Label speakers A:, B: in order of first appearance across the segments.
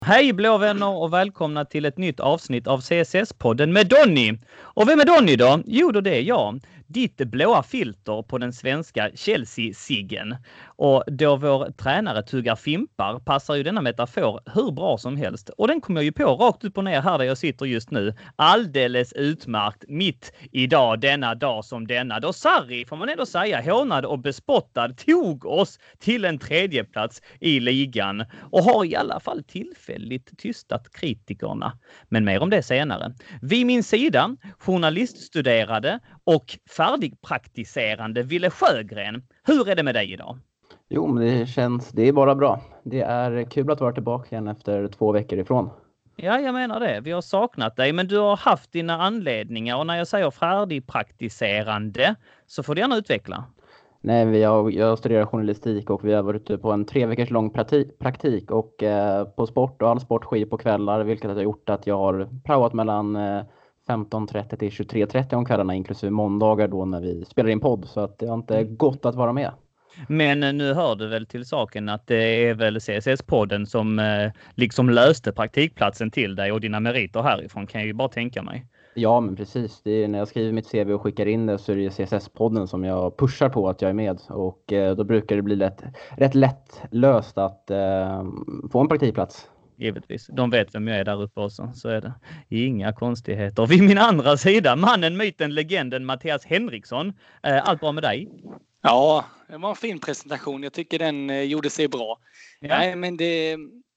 A: Hej blåvänner och välkomna till ett nytt avsnitt av CSS-podden med Donny. Och vem är Donny då? Jo, det är jag. Ditt blåa filter på den svenska Chelsea-siggen. Och då vår tränare tuggar fimpar passar ju denna metafor hur bra som helst. Och den kommer jag ju på rakt upp och ner här där jag sitter just nu. Alldeles utmärkt mitt idag, denna dag som denna. Då Sarri, får man ändå säga, hånad och bespottad tog oss till en tredjeplats i ligan. Och har i alla fall tillfälligt tystat kritikerna. Men mer om det senare. Vid min sida, journaliststuderade och färdigpraktiserande Ville Sjögren. Hur är det med dig idag?
B: Jo, men det är bara bra. Det är kul att vara tillbaka igen efter 2 veckor ifrån.
A: Ja, jag menar det. Vi har saknat dig, men du har haft dina anledningar. Och när jag säger färdigpraktiserande så får du gärna utveckla.
B: Nej, jag studerar journalistik och vi har varit ute på en 3 veckors lång praktik och på sport och all sport sker på kvällar, vilket har gjort att jag har praoat mellan 15.30 till 23.30 om kvällarna, inklusive måndagar då när vi spelar in podd, så att det har inte gått att vara med.
A: Men nu hör du väl till saken att det är väl CSS-podden som liksom löste praktikplatsen till dig och dina meriter härifrån, kan jag ju bara tänka mig.
B: Ja, men precis. Det är, när jag skriver mitt CV och skickar in det så är det CSS-podden som jag pushar på att jag är med. Och då brukar det bli rätt lätt löst att få en praktikplats.
A: Givetvis. De vet vem jag är där uppe också. Så är det. Inga konstigheter. Vid min andra sida, mannen, myten, legenden Mattias Henriksson. Allt bra med dig?
C: Ja, det var en fin presentation. Jag tycker den gjorde sig bra. Ja. Nej, men det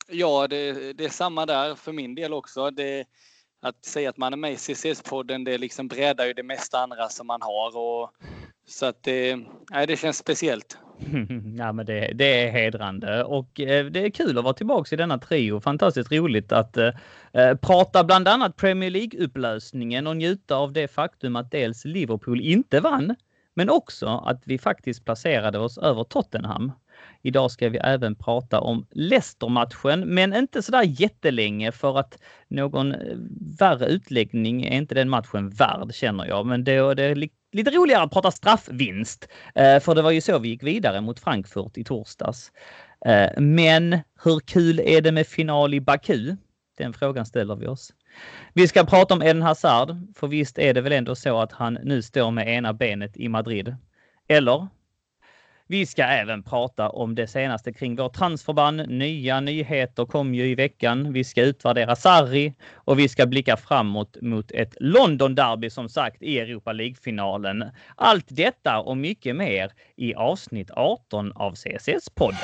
C: är samma där för min del också. Att säga att man är med i CSS-podden, det liksom breddar ju det mesta andra som man har. Så att det känns speciellt.
A: Ja, men det är hedrande och det är kul att vara tillbaka i denna trio. Fantastiskt roligt att prata bland annat Premier League-upplösningen och njuta av det faktum att dels Liverpool inte vann, men också att vi faktiskt placerade oss över Tottenham. Idag ska vi även prata om Leicester-matchen, men inte sådär jättelänge för att någon värre utläggning är inte den matchen värd, känner jag. Men det är lite roligare att prata straffvinst, för det var ju så vi gick vidare mot Frankfurt i torsdags. Men hur kul är det med final i Baku? Den frågan ställer vi oss. Vi ska prata om Eden Hazard, för visst är det väl ändå så att han nu står med ena benet i Madrid. Eller? Vi ska även prata om det senaste kring vår transferband. Nya nyheter kom ju i veckan. Vi ska utvärdera Sarri och vi ska blicka framåt mot ett London-derby som sagt i Europa League-finalen. Allt detta och mycket mer i avsnitt 18 av CSS-podden.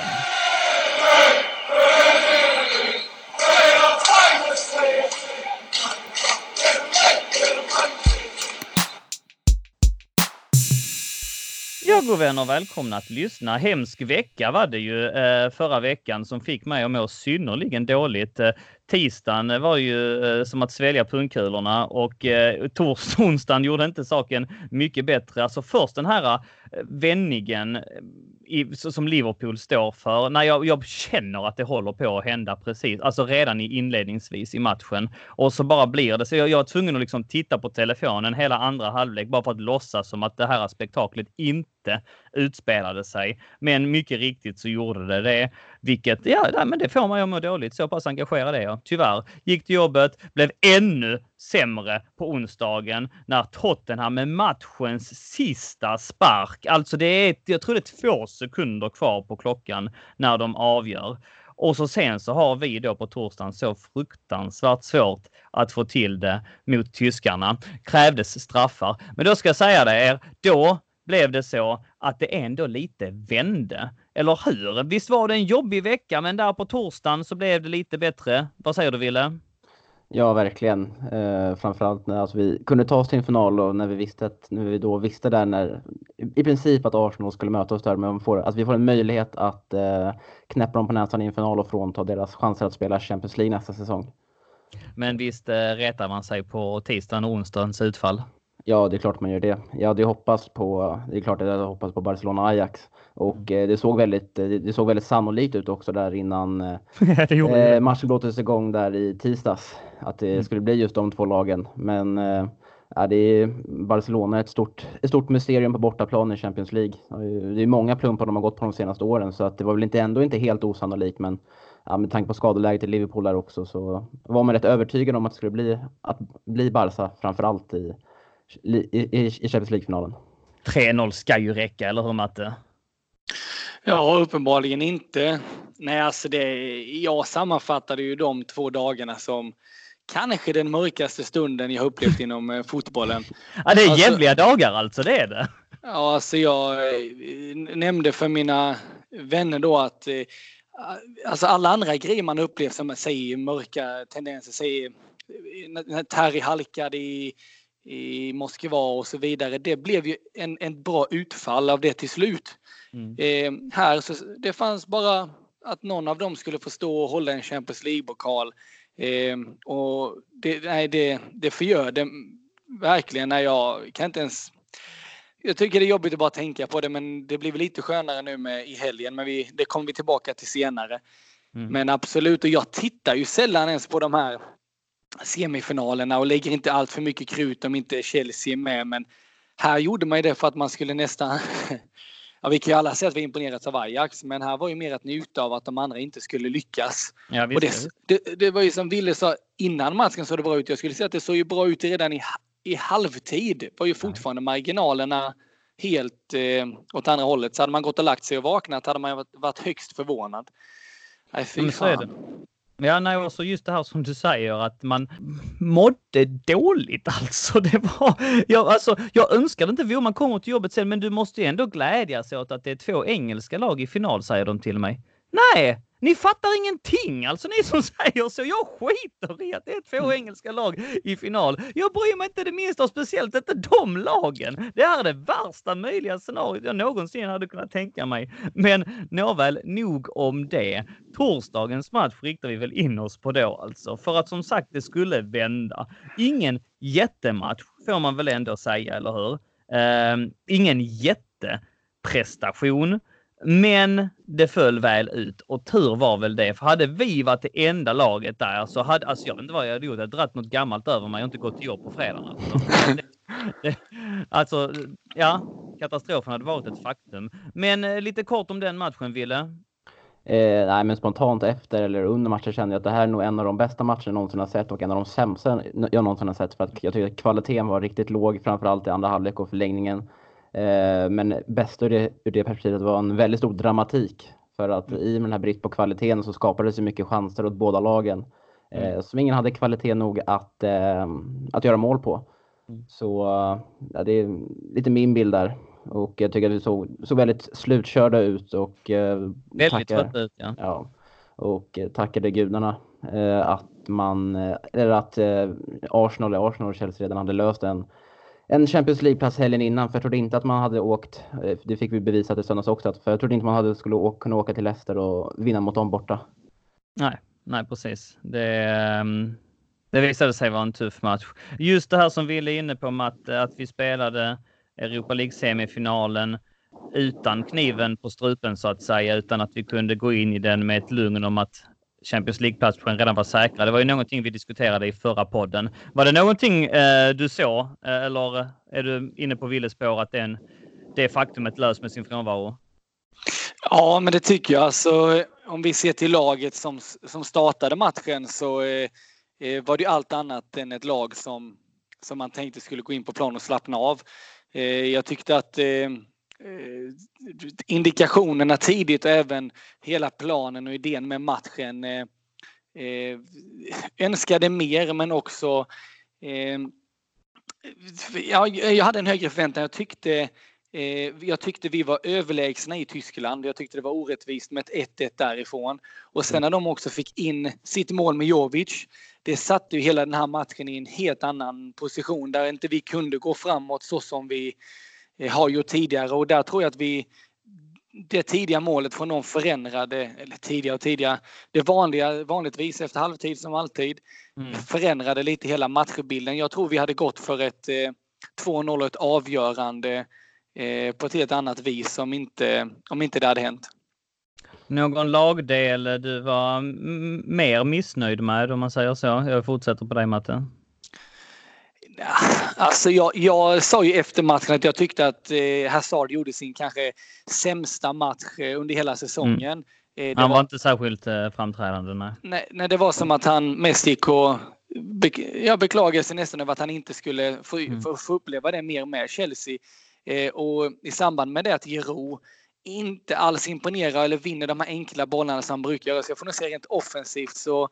A: Ja, god vänner, välkomna att lyssna. Hemsk vecka var det ju förra veckan som fick mig att må synnerligen dåligt. Tisdagen var ju som att svälja pungkulorna och onsdagen gjorde inte saken mycket bättre. Alltså först den här vändningen som Liverpool står för. När jag känner att det håller på att hända precis. Alltså redan inledningsvis i matchen. Och så bara blir det. Så jag var tvungen att liksom titta på telefonen hela andra halvlek bara för att låtsas som att det här spektaklet inte utspelade sig. Men mycket riktigt så gjorde det. Vilket, men det får man ju må dåligt. Så pass engagerad är jag. Tyvärr gick till jobbet, blev ännu sämre på onsdagen när Tottenham med matchens sista spark. Alltså jag tror det är 2 sekunder kvar på klockan när de avgör. Och så sen så har vi då på torsdagen så fruktansvärt svårt att få till det mot tyskarna. Krävdes straffar. Men då ska jag säga det då blev det så att det ändå lite vände. Eller hur? Visst var det en jobbig vecka, men där på torsdagen så blev det lite bättre. Vad säger du, Ville?
B: Ja, verkligen. Framförallt när vi kunde ta oss till en final och när vi då visste där när i princip att Arsenal skulle möta oss där, men att vi får en möjlighet att knäppa dem på näsan i en final och frånta deras chanser att spela Champions League nästa säsong.
A: Men visst retar man sig på tisdagen och onsdagens utfall?
B: Ja, det är klart man gör det. Det är klart att jag hoppas på Barcelona-Ajax. Och det såg väldigt sannolikt ut också där innan matchen blåstes igång där i tisdags. Att det skulle bli just de 2 lagen. Men Barcelona är ett stort mysterium på bortaplan i Champions League. Det är många plumpar de har gått på de senaste åren. Så att det var väl inte helt osannolikt. Men med tanke på skadeläget i Liverpool där också, så var man rätt övertygad om att det skulle bli Barca framförallt i Champions League-finalen.
A: 3-0 ska ju räcka, eller hur Matte?
C: Ja, uppenbarligen inte. Nej, alltså jag sammanfattade ju de 2 dagarna som kanske den mörkaste stunden jag upplevt inom fotbollen.
A: Ja, det är jävliga dagar alltså, det är det.
C: Ja, alltså jag nämnde för mina vänner då att alltså alla andra grejer man upplevt som säger mörka tendenser, säger när Terry halkade i Moskva och så vidare. Det blev ju en bra utfall av det till slut. Här så det fanns bara att någon av dem skulle få stå och hålla en Champions League-pokal. Och det förgör det verkligen när jag kan inte ens... Jag tycker det är jobbigt att bara tänka på det, men det blir väl lite skönare nu i helgen. Men det kommer vi tillbaka till senare. Men absolut, och jag tittar ju sällan ens på de här semifinalerna och lägger inte allt för mycket krut om inte Chelsea är med. Men här gjorde man ju det för att man skulle nästan... Ja, vi kan ju alla säga att vi imponerats av Ajax, men här var ju mer att njuta av att de andra inte skulle lyckas.
A: Ja, visst,
C: och det var ju som Ville sa innan matchen, så det bra ut. Jag skulle säga att det såg ju bra ut redan i halvtid. Det var ju fortfarande marginalerna helt åt andra hållet. Så hade man gått och lagt sig och vaknat hade man varit högst förvånad. Nej, fy fan.
A: Ja, nej, också just det här som du säger, att man mådde dåligt alltså. Det var, jag önskade inte att man kommer till jobbet sen, men du måste ju ändå glädja sig åt att det är 2 engelska lag i final, säger de till mig. Nej, ni fattar ingenting, alltså ni som säger så. Jag skiter i att det är 2 engelska lag i final. Jag bryr mig inte det minsta, och speciellt inte de lagen. Det här är det värsta möjliga scenariot jag någonsin hade kunnat tänka mig. Men nåväl, nog om det. Torsdagens match riktar vi väl in oss på då alltså. För att som sagt, det skulle vända. Ingen jättematch får man väl ändå säga, eller hur? Ingen jätteprestation. Men det föll väl ut, och tur var väl det. För hade vi varit det enda laget där, så hade, alltså jag vet inte vad jag hade gjort. Jag hade dratt något gammalt över mig och inte gått till jobb på fredagen. Alltså, ja, katastrofen hade varit ett faktum. Men lite kort om den matchen, Ville.
B: Nej, men spontant efter eller under matchen kände jag att det här är nog en av de bästa matcherna jag någonsin har sett, och en av de sämsta jag någonsin har sett, för att jag tycker att kvaliteten var riktigt låg, framförallt i andra halvlek och förlängningen. Men bäst ur det perspektivet var en väldigt stor dramatik, för att i med den här brist på kvaliteten så skapades så mycket chanser åt båda lagen som ingen hade kvalitet nog att göra mål på. Så det är lite min bild där, och jag tycker att vi såg väldigt slutkörda ut, och
A: väldigt trött ut,
B: ja, och tackade gudarna att Arsenal och Chelsea redan hade löst en Champions League-plats helgen innan, för jag trodde inte att man hade åkt, det fick vi bevisat i söndags också, för jag trodde inte man skulle kunna åka till Leicester och vinna mot dem borta.
A: Nej, precis. Det visade sig vara en tuff match. Just det här som vi är inne på, Matt, att vi spelade Europa League-semifinalen utan kniven på strupen så att säga, utan att vi kunde gå in i den med ett lugn om att Champions League-platsen redan var säkra. Det var ju någonting vi diskuterade i förra podden. Var det någonting du såg, eller är du inne på Willes spår att det faktumet lös med sin frånvaro?
C: Ja, men det tycker jag. Alltså, om vi ser till laget som startade matchen, så var det allt annat än ett lag som man tänkte skulle gå in på plan och slappna av. Jag tyckte att indikationerna tidigt och även hela planen och idén med matchen önskade mer, men också jag hade en högre förväntan. Jag tyckte vi var överlägsna i Tyskland. Jag tyckte det var orättvist med ett 1-1 därifrån. Och sen när de också fick in sitt mål med Jovic, det satte ju hela den här matchen i en helt annan position där inte vi kunde gå framåt så som vi har gjort tidigare. Och där tror jag att det tidiga målet från någon förändrade, eller tidiga, det vanligtvis efter halvtid som alltid, förändrade lite hela matchbilden. Jag tror vi hade gått för ett 2-0 och ett avgörande på ett helt annat vis om inte det hade hänt.
A: Någon lagdel du var mer missnöjd med, om man säger så? Jag fortsätter på dig, Matte.
C: Alltså jag sa ju efter matchen att jag tyckte att Hazard gjorde sin kanske sämsta match under hela säsongen.
A: Han var inte särskilt framträdande.
C: Nej, det var som att han mest gick och beklagade sig nästan över att han inte skulle få uppleva det mer med Chelsea. Och i samband med det att Giroud inte alls imponerar eller vinner de här enkla bollarna som han brukar göra. Så jag får nog säga rent offensivt så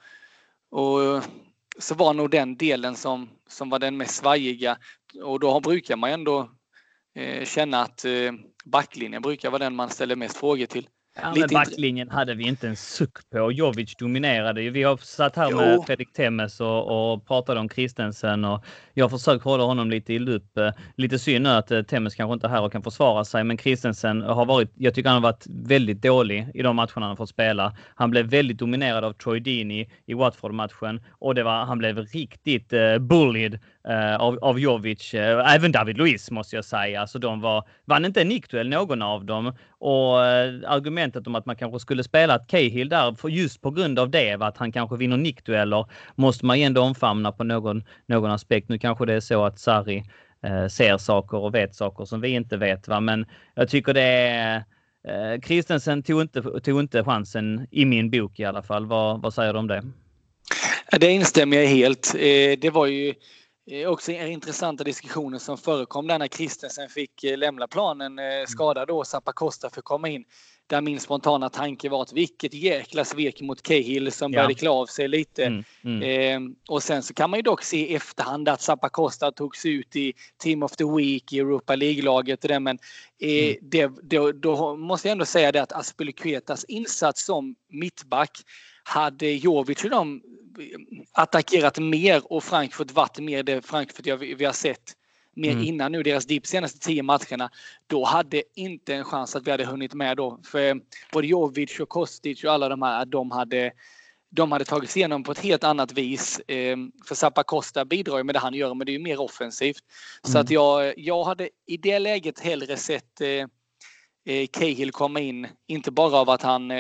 C: var nog den delen som var den mest svajiga. Och då brukar man ändå känna att backlinjen brukar vara den man ställer mest frågor till.
A: Ja, men backlinjen hade vi inte en suck på. Jovic dominerade ju. Vi har satt här med Fredrik Temmes och pratade om Christensen och jag har försökt hålla honom lite i lupp. Lite synd nu att Temmes kanske inte är här och kan försvara sig, men Christensen jag tycker han har varit väldigt dålig i de matcherna han fått spela. Han blev väldigt dominerad av Troy Deeney i Watford-matchen och han blev riktigt bullied av Jovic. Även David Luiz måste jag säga. Alltså vann inte en nickduell någon av dem och argumentet om att man kanske skulle spela ett Cahill där för just på grund av det, att han kanske vinner nickdueller, måste man ändå omfamna på någon aspekt. Nu kanske det är så att Sarri ser saker och vet saker som vi inte vet, va? Men jag tycker det är Christensen tog inte chansen i min bok i alla fall. Vad säger du om det?
C: Det instämmer jag helt. Det var ju också intressanta diskussioner som förekom där när Christensen fick lämna planen skadad och Zappacosta för komma in. Där min spontana tanke var att vilket jäkla svek mot Cahill som började klä av sig lite. Och sen så kan man ju dock se i efterhand att Zappacosta togs ut i Team of the Week i Europa League-laget och det, men då måste jag ändå säga det att Azpilicuetas insats som mittback hade Jovic och de attackerat mer och Frankfurt varit mer det Frankfurt vi har sett mer innan nu, deras senaste 10 matcherna, då hade inte en chans att vi hade hunnit med då. För både Jovic och Kostic och alla de här, de hade tagit sig igenom på ett helt annat vis. För Zappacosta bidrar ju med det han gör, men det är ju mer offensivt. Så att jag hade i det läget hellre sett Cahill komma in, inte bara av att han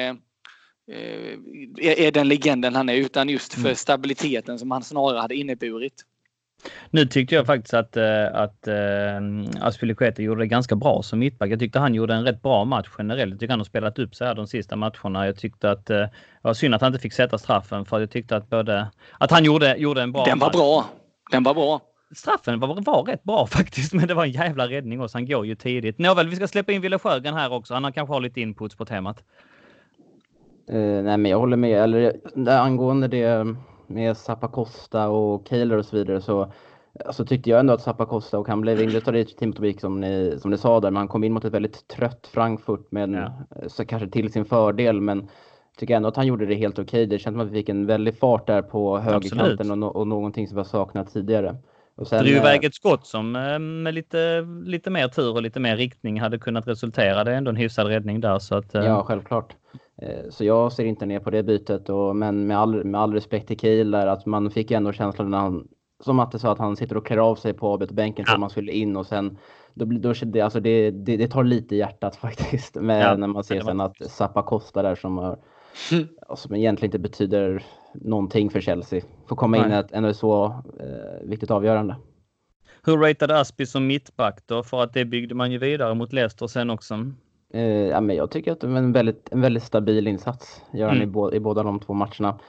C: är den legenden han är, utan just för stabiliteten som han snarare hade inneburit.
A: Nu tyckte jag faktiskt att Azpilicueta gjorde det ganska bra som mittback. Jag tyckte han gjorde en rätt bra match generellt. Jag tycker han har spelat upp sig här de sista matcherna. Jag tyckte att det var synd att han inte fick sätta straffen, för jag tyckte att han gjorde en bra
C: match. Den var bra.
A: Straffen var rätt bra faktiskt, men det var en jävla räddning och han går ju tidigt. Nåväl, vi ska släppa in Wille Sjögren här också. Han kanske har lite inputs på temat.
B: Nej, men jag håller med. Eller angående det med Zappacosta och Kehler och så vidare, så tyckte jag ändå att Zappacosta, och han blev inlöst i Team of the Week som ni sa där, men han kom in mot ett väldigt trött Frankfurt, men så kanske till sin fördel, men tycker ändå att han gjorde det helt okej. Det känns som att vi fick en väldig fart där på högerkanten och någonting som var saknat tidigare. Och sen, det är ju
A: väget skott som med lite mer tur och lite mer riktning hade kunnat resultera. Det är ändå en hyfsad räddning där. Så att,
B: Ja, självklart. Så jag ser inte ner på det bytet. Men med all respekt till Cahill där, att man fick ändå känslan när han, som att det sa att han sitter och klär av sig på avbytarbänken för man skulle in, och sen det tar lite i hjärtat faktiskt när man ser sen att Zappacosta där som egentligen inte betyder någonting för Chelsea får komma in ändå så viktigt avgörande.
A: Hur ratade Aspi som mittback då? För att det byggde man ju vidare mot Leicester sen också.
B: Men jag tycker att det var en väldigt stabil insats gör han i båda de 2 matcherna.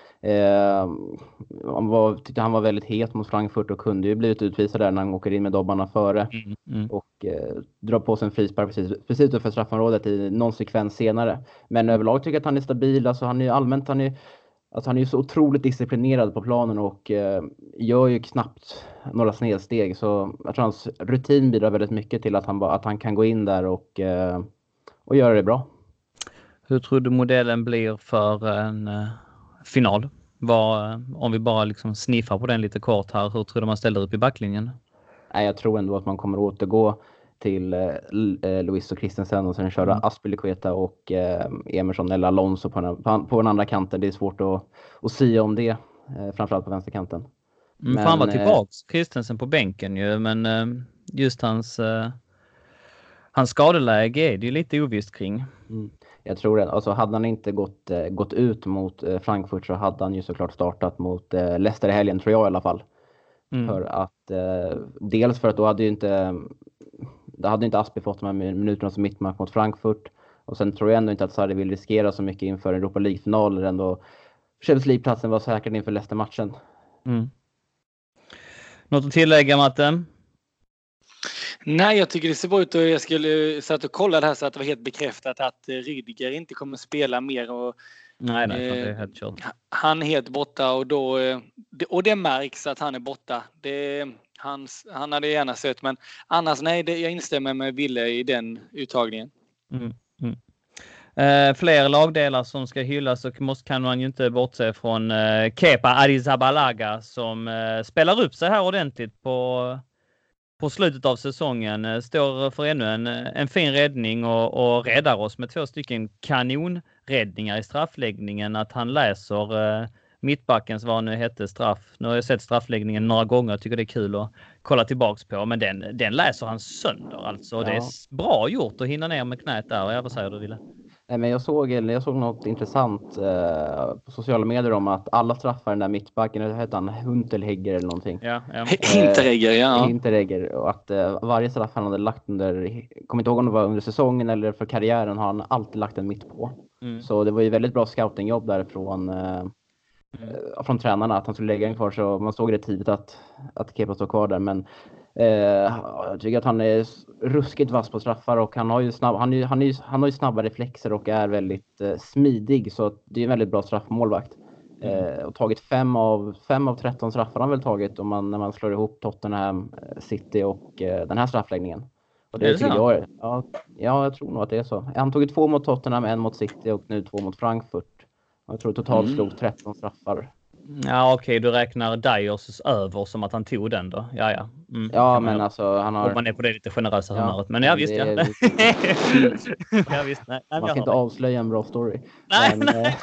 B: Tyckte han var väldigt het mot Frankfurt och kunde ju blivit utvisad där när han åker in med dobbarna före och drar på sig en frispark precis utanför straffområdet i någon sekvens senare. Men överlag tycker jag att han är stabil. Alltså han är ju så otroligt disciplinerad på planen och gör ju knappt några snedsteg, så jag tror hans rutin bidrar väldigt mycket till att han kan gå in där och göra det bra.
A: Hur tror du modellen blir för en final? Om vi bara liksom sniffar på den lite kort här, hur tror du man ställer upp i backlinjen?
B: Nej, jag tror ändå att man kommer återgå till Luiz och Christensen och sen köra Azpilicueta och Emerson eller Alonso på den andra kanten. Det är svårt att säga om det, framförallt på vänsterkanten.
A: Men han var tillbaks Christensen på bänken ju, men just hans skadeläge är det ju lite ovisst kring.
B: Jag tror det. Alltså hade han inte gått ut mot Frankfurt, så hade han ju såklart startat mot Leicester i helgen, tror jag i alla fall. För att dels för att då hade inte Aspi fått de här minuterna som mittback mot Frankfurt, Och sen tror jag ändå inte att Sarri vill riskera så mycket inför Europa League-final, eller ändå Champions League-platsen var säkrad inför Leicester-matchen.
A: Något att tillägga, Matte?
C: Nej, jag tycker det ser bra ut, och jag skulle satt och kolla det här så att det var helt bekräftat att Rydiger inte kommer spela mer. Och,
A: nej, det är helt kört.
C: Han är helt borta, och det märks att han är borta. Han hade gärna sett, men annars nej, jag instämmer med Ville i den uttagningen.
A: Fler lagdelar som ska hyllas, och kan man ju inte bortse från Kepa Arrizabalaga som spelar upp sig här ordentligt på slutet av säsongen. Står för ännu en fin räddning och räddar oss med 2 stycken kanonräddningar i straffläggningen. Att han läser mittbackens, vad nu hette, straff. Nu har jag sett straffläggningen några gånger. Jag tycker det är kul att kolla tillbaks på. Men den läser han sönder alltså. Ja. Det är bra gjort att hinna ner med knät där. Ja, vad säger du, Ville?
B: Nej, men jag såg något intressant på sociala medier om att alla straffar den där mittbacken, det heter han Huntelager eller någonting.
A: Ja.
B: Hinteregger, och att varje straff han hade lagt under, kommer inte ihåg om det var under säsongen eller för karriären, har han alltid lagt en mitt på. Så det var ju väldigt bra scoutingjobb därifrån från tränarna att han skulle lägga en kvar, så man såg det tidigt att Kepa står kvar där, men jag tycker att han är ruskigt vass på straffar, och han har ju snabba reflexer och är väldigt smidig, så det är en väldigt bra straffmålvakt. Och tagit 5 av 13 straffar han väl tagit när man slår ihop Tottenham, City och den här straffläggningen. Och det tycker jag tror nog att det är så. Han tog 2 mot Tottenham, 1 mot City och nu 2 mot Frankfurt. Jag tror totalt slog 13 straffar.
A: Ja, okej, du räknar Dyers över som att han tog den då. Ja.
B: Ja, men alltså han har...
A: Om man är på det lite generösa humöret. Men ja, visst, ja. Ja, visst, nej,
B: man kan inte avslöja en bra story.
A: Nej.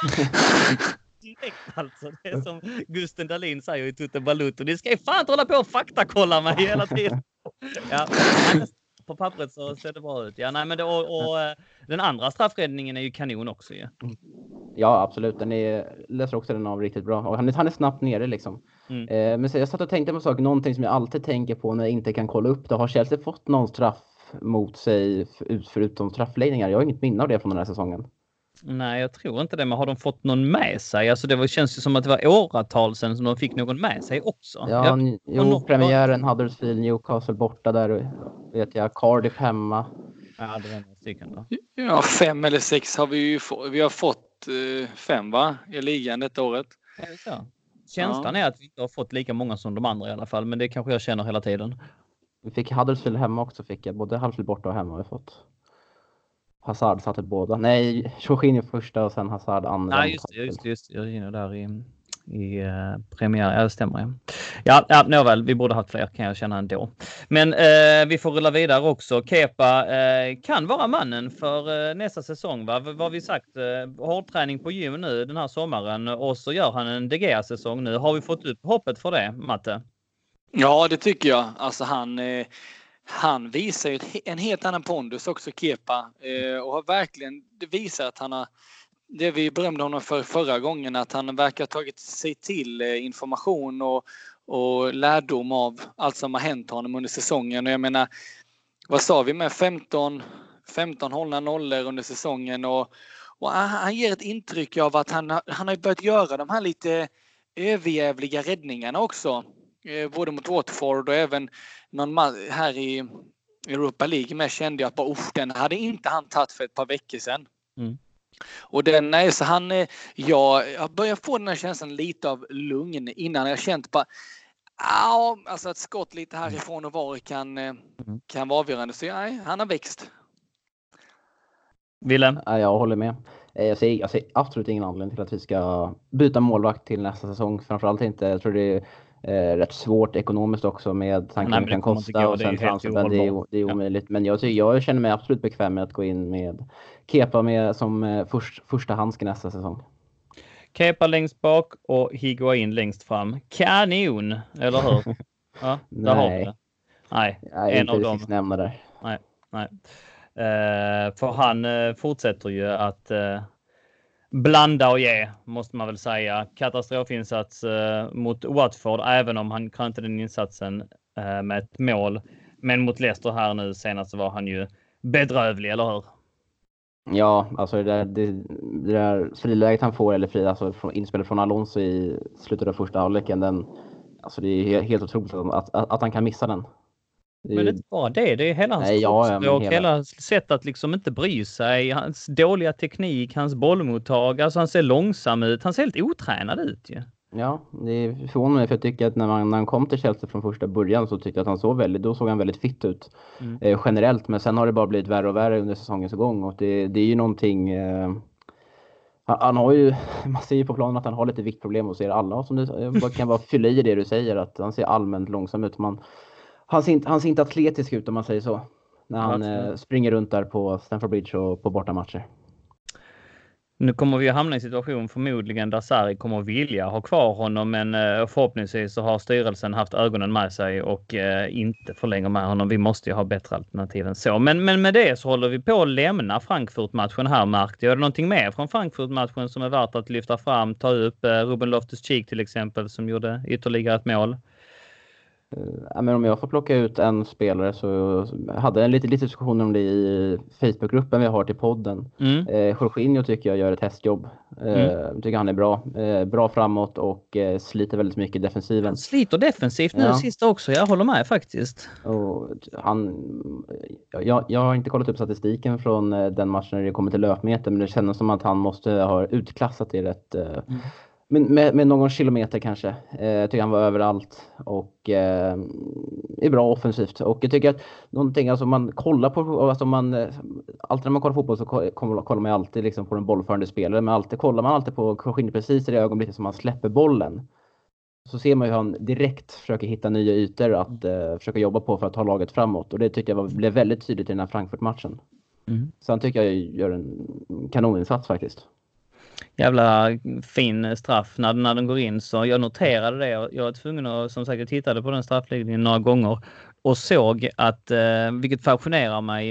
A: Direkt alltså. Det är som Gusten Dahlin säger i Tutte Baluto. Ni ska ju fan inte hålla på och faktakolla mig hela tiden. Ja, på pappret så ser det bra ut. Ja, nej, men den andra straffräddningen är ju kanon också ju.
B: Ja, absolut. Läser också den av riktigt bra. Och han är snabbt nere liksom. Men så jag satt och tänkte på sak, någonting som jag alltid tänker på när jag inte kan kolla upp det. Har Chelsea fått någon straff mot sig förutom straffläggningar? Jag har inget minne av det från den här säsongen.
A: Nej, jag tror inte det. Men har de fått någon med sig? Alltså känns ju som att det var åratal sedan som de fick någon med sig också.
B: Ja, premiären, Huddersfield, Newcastle borta där. Vet jag, Cardiff hemma.
A: Ja, det var några stycken då.
C: Ja, 5 eller 6 har vi har fått 5 va? I ligan detta året.
A: Är det så? Känslan är att vi inte har fått lika många som de andra i alla fall. Men det kanske jag känner hela tiden.
B: Vi fick Huddersfield hemma också. Både Huddersfield borta och hemma har vi fått. Hazard satte båda. Nej, Jorginho första och sen Hazard andra.
A: Nej, just det. Jorginho där i premiär. Ja, det stämmer. Ja, nåväl. Vi borde haft fler kan jag känna ändå. Men vi får rulla vidare också. Kepa kan vara mannen för nästa säsong. Vad vi sagt. Hårdträning på gym nu den här sommaren. Och så gör han en De Gea-säsong nu. Har vi fått upp hoppet för det, Matte?
C: Ja, det tycker jag. Alltså han visar ju en helt annan pondus också, Kepa. Och har verkligen visat att han har, det vi berömde honom för förra gången, att han verkar ha tagit sig till information och lärdom av allt som har hänt honom under säsongen. Och jag menar, vad sa vi med 15 hållna nollor under säsongen, och han ger ett intryck av att han har börjat göra de här lite överjävliga räddningarna också. Både mot Watford och även någon här i Europa League med, kände jag att den hade inte han tagit för ett par veckor sedan. Och så jag börjar få den här känslan lite av lugn innan jag känt bara alltså ett skott lite härifrån och var kan vara avgörande. Så han har växt.
A: Willem?
B: Ja, jag håller med. Jag ser absolut ingen anledning till att vi ska byta målvakt till nästa säsong. Framförallt inte. Jag tror det är rätt svårt ekonomiskt också med tanken kan kosta och sen transfer. Det är omöjligt. Men jag känner mig absolut bekväm med att gå in med Kepa som första handske nästa säsong.
A: Kepa längst bak och Higuain längst fram. Kanon, eller hur? Ja, där har vi det. Nej, en av dem.
B: Nämna där.
A: Nej. För han fortsätter ju att blanda och ge, måste man väl säga. Katastrofinsats mot Watford, även om han krönte den insatsen med ett mål. Men mot Leicester här nu senast var han ju bedrövlig, eller hur?
B: Ja, alltså det där friläget han får, eller alltså inspelet från Alonso i slutet av första halvleken, alltså det är helt otroligt att han kan missa den.
A: Men det är inte bara det. Det är hela hans
B: kroppsspråk,
A: hela sätt att liksom inte bry sig. Hans dåliga teknik, hans bollmottag. Alltså han ser långsam ut. Han ser helt otränad ut ju.
B: Ja, det är förvånande mig, för jag tycker att när han kom till Chelsea från första början så tyckte jag att då såg han väldigt fit ut generellt. Men sen har det bara blivit värre och värre under säsongens gång. Och det är ju någonting... Han har ju, man ser ju på planen att han har lite viktproblem och ser alla. Som det kan bara fylla i det du säger, att han ser allmänt långsam ut. Han ser inte atletisk ut, om man säger så. När han springer runt där på Stamford Bridge och på bortamatcher.
A: Nu kommer vi att hamna i en situation förmodligen där Sarri kommer att vilja ha kvar honom, men förhoppningsvis så har styrelsen haft ögonen med sig och inte förlänger med honom. Vi måste ju ha bättre alternativ än så. Men med det så håller vi på att lämna Frankfurt-matchen här, märkte jag. Är det någonting mer från Frankfurt-matchen som är värt att lyfta fram? Ta upp Ruben Loftus-Cheek till exempel, som gjorde ytterligare ett mål.
B: Men om jag får plocka ut en spelare, så hade en lite diskussion om det i Facebookgruppen vi har till podden. Jorginho tycker jag gör ett hästjobb. Tycker han är bra framåt och sliter väldigt mycket i defensiven.
A: Han sliter defensivt nu sista också, jag håller med faktiskt.
B: Och jag har inte kollat upp statistiken från den matchen när det kommer till löpmeter, men det känns som att han måste ha utklassat det rätt. Men med någon kilometer kanske. Jag tycker han var överallt och är bra offensivt. Och jag tycker att någonting, alltså man kollar på, alltså alltid när man kollar fotboll så kollar man alltid liksom på den bollförande spelaren. Men kollar man alltid på Jorginho precis i det ögonblicket som han släpper bollen. Så ser man ju hur han direkt försöker hitta nya ytor att försöka jobba på för att ta laget framåt. Och det tycker jag blev väldigt tydligt i den här Frankfurt-matchen. Så han tycker jag gör en kanoninsats faktiskt.
A: Jävla fin straff när den går in, så jag noterade det. Jag var tvungen att, som sagt, jag tittade på den straffläggningen några gånger och såg att, vilket fascinerar mig,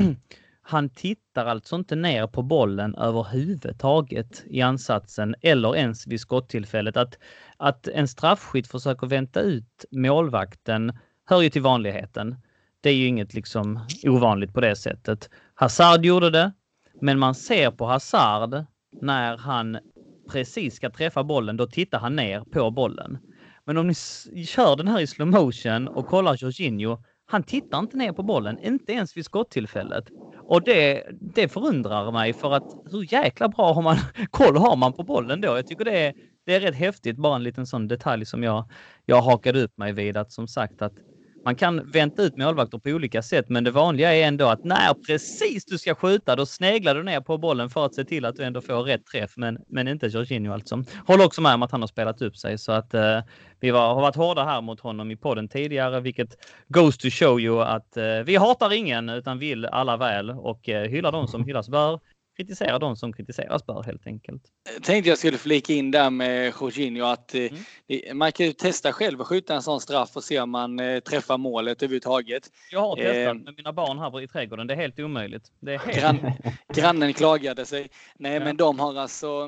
A: han tittar alltså inte ner på bollen överhuvudtaget i ansatsen eller ens vid skottillfället. Att en straffskytt försöker vänta ut målvakten hör ju till vanligheten. Det är ju inget liksom ovanligt på det sättet. Hazard gjorde det, men man ser på Hazard när han precis ska träffa bollen, då tittar han ner på bollen. Men om ni kör den här i slow motion och kollar Jorginho, han tittar inte ner på bollen, inte ens vid skottillfället. Och det förundrar mig, för att hur jäkla bra koll har man på bollen då? Jag tycker det är rätt häftigt, bara en liten sån detalj som jag hakade upp mig vid, att som sagt att man kan vänta ut målvakter på olika sätt, men det vanliga är ändå att när precis du ska skjuta, då sneglar du ner på bollen för att se till att du ändå får rätt träff, men inte Jorginho alltså. Håller också med om att han har spelat upp sig, så att vi har varit hårda här mot honom i podden tidigare, vilket goes to show you att vi hatar ingen utan vill alla väl och hyllar de som hyllas bör. Kritisera de som kritiseras bör, helt enkelt.
C: Jag tänkte jag skulle flika in där med Jorginho att man kan ju testa själv att skjuta en sån straff och se om man träffar målet överhuvudtaget.
A: Jag har testat med mina barn här i trädgården. Det är helt omöjligt. Det är helt...
C: Grannen klagade sig. Nej, men de har alltså...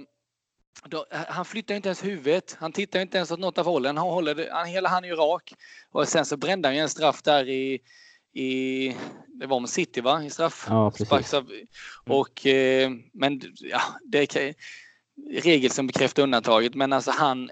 C: han flyttar inte ens huvudet. Han tittar inte ens åt något av hållen. Hela han är ju rak. Och sen så brände han en straff där i det var med City, va? I straff.
B: Ja, precis.
C: Och men ja, det är regel som bekräftar undantaget, men alltså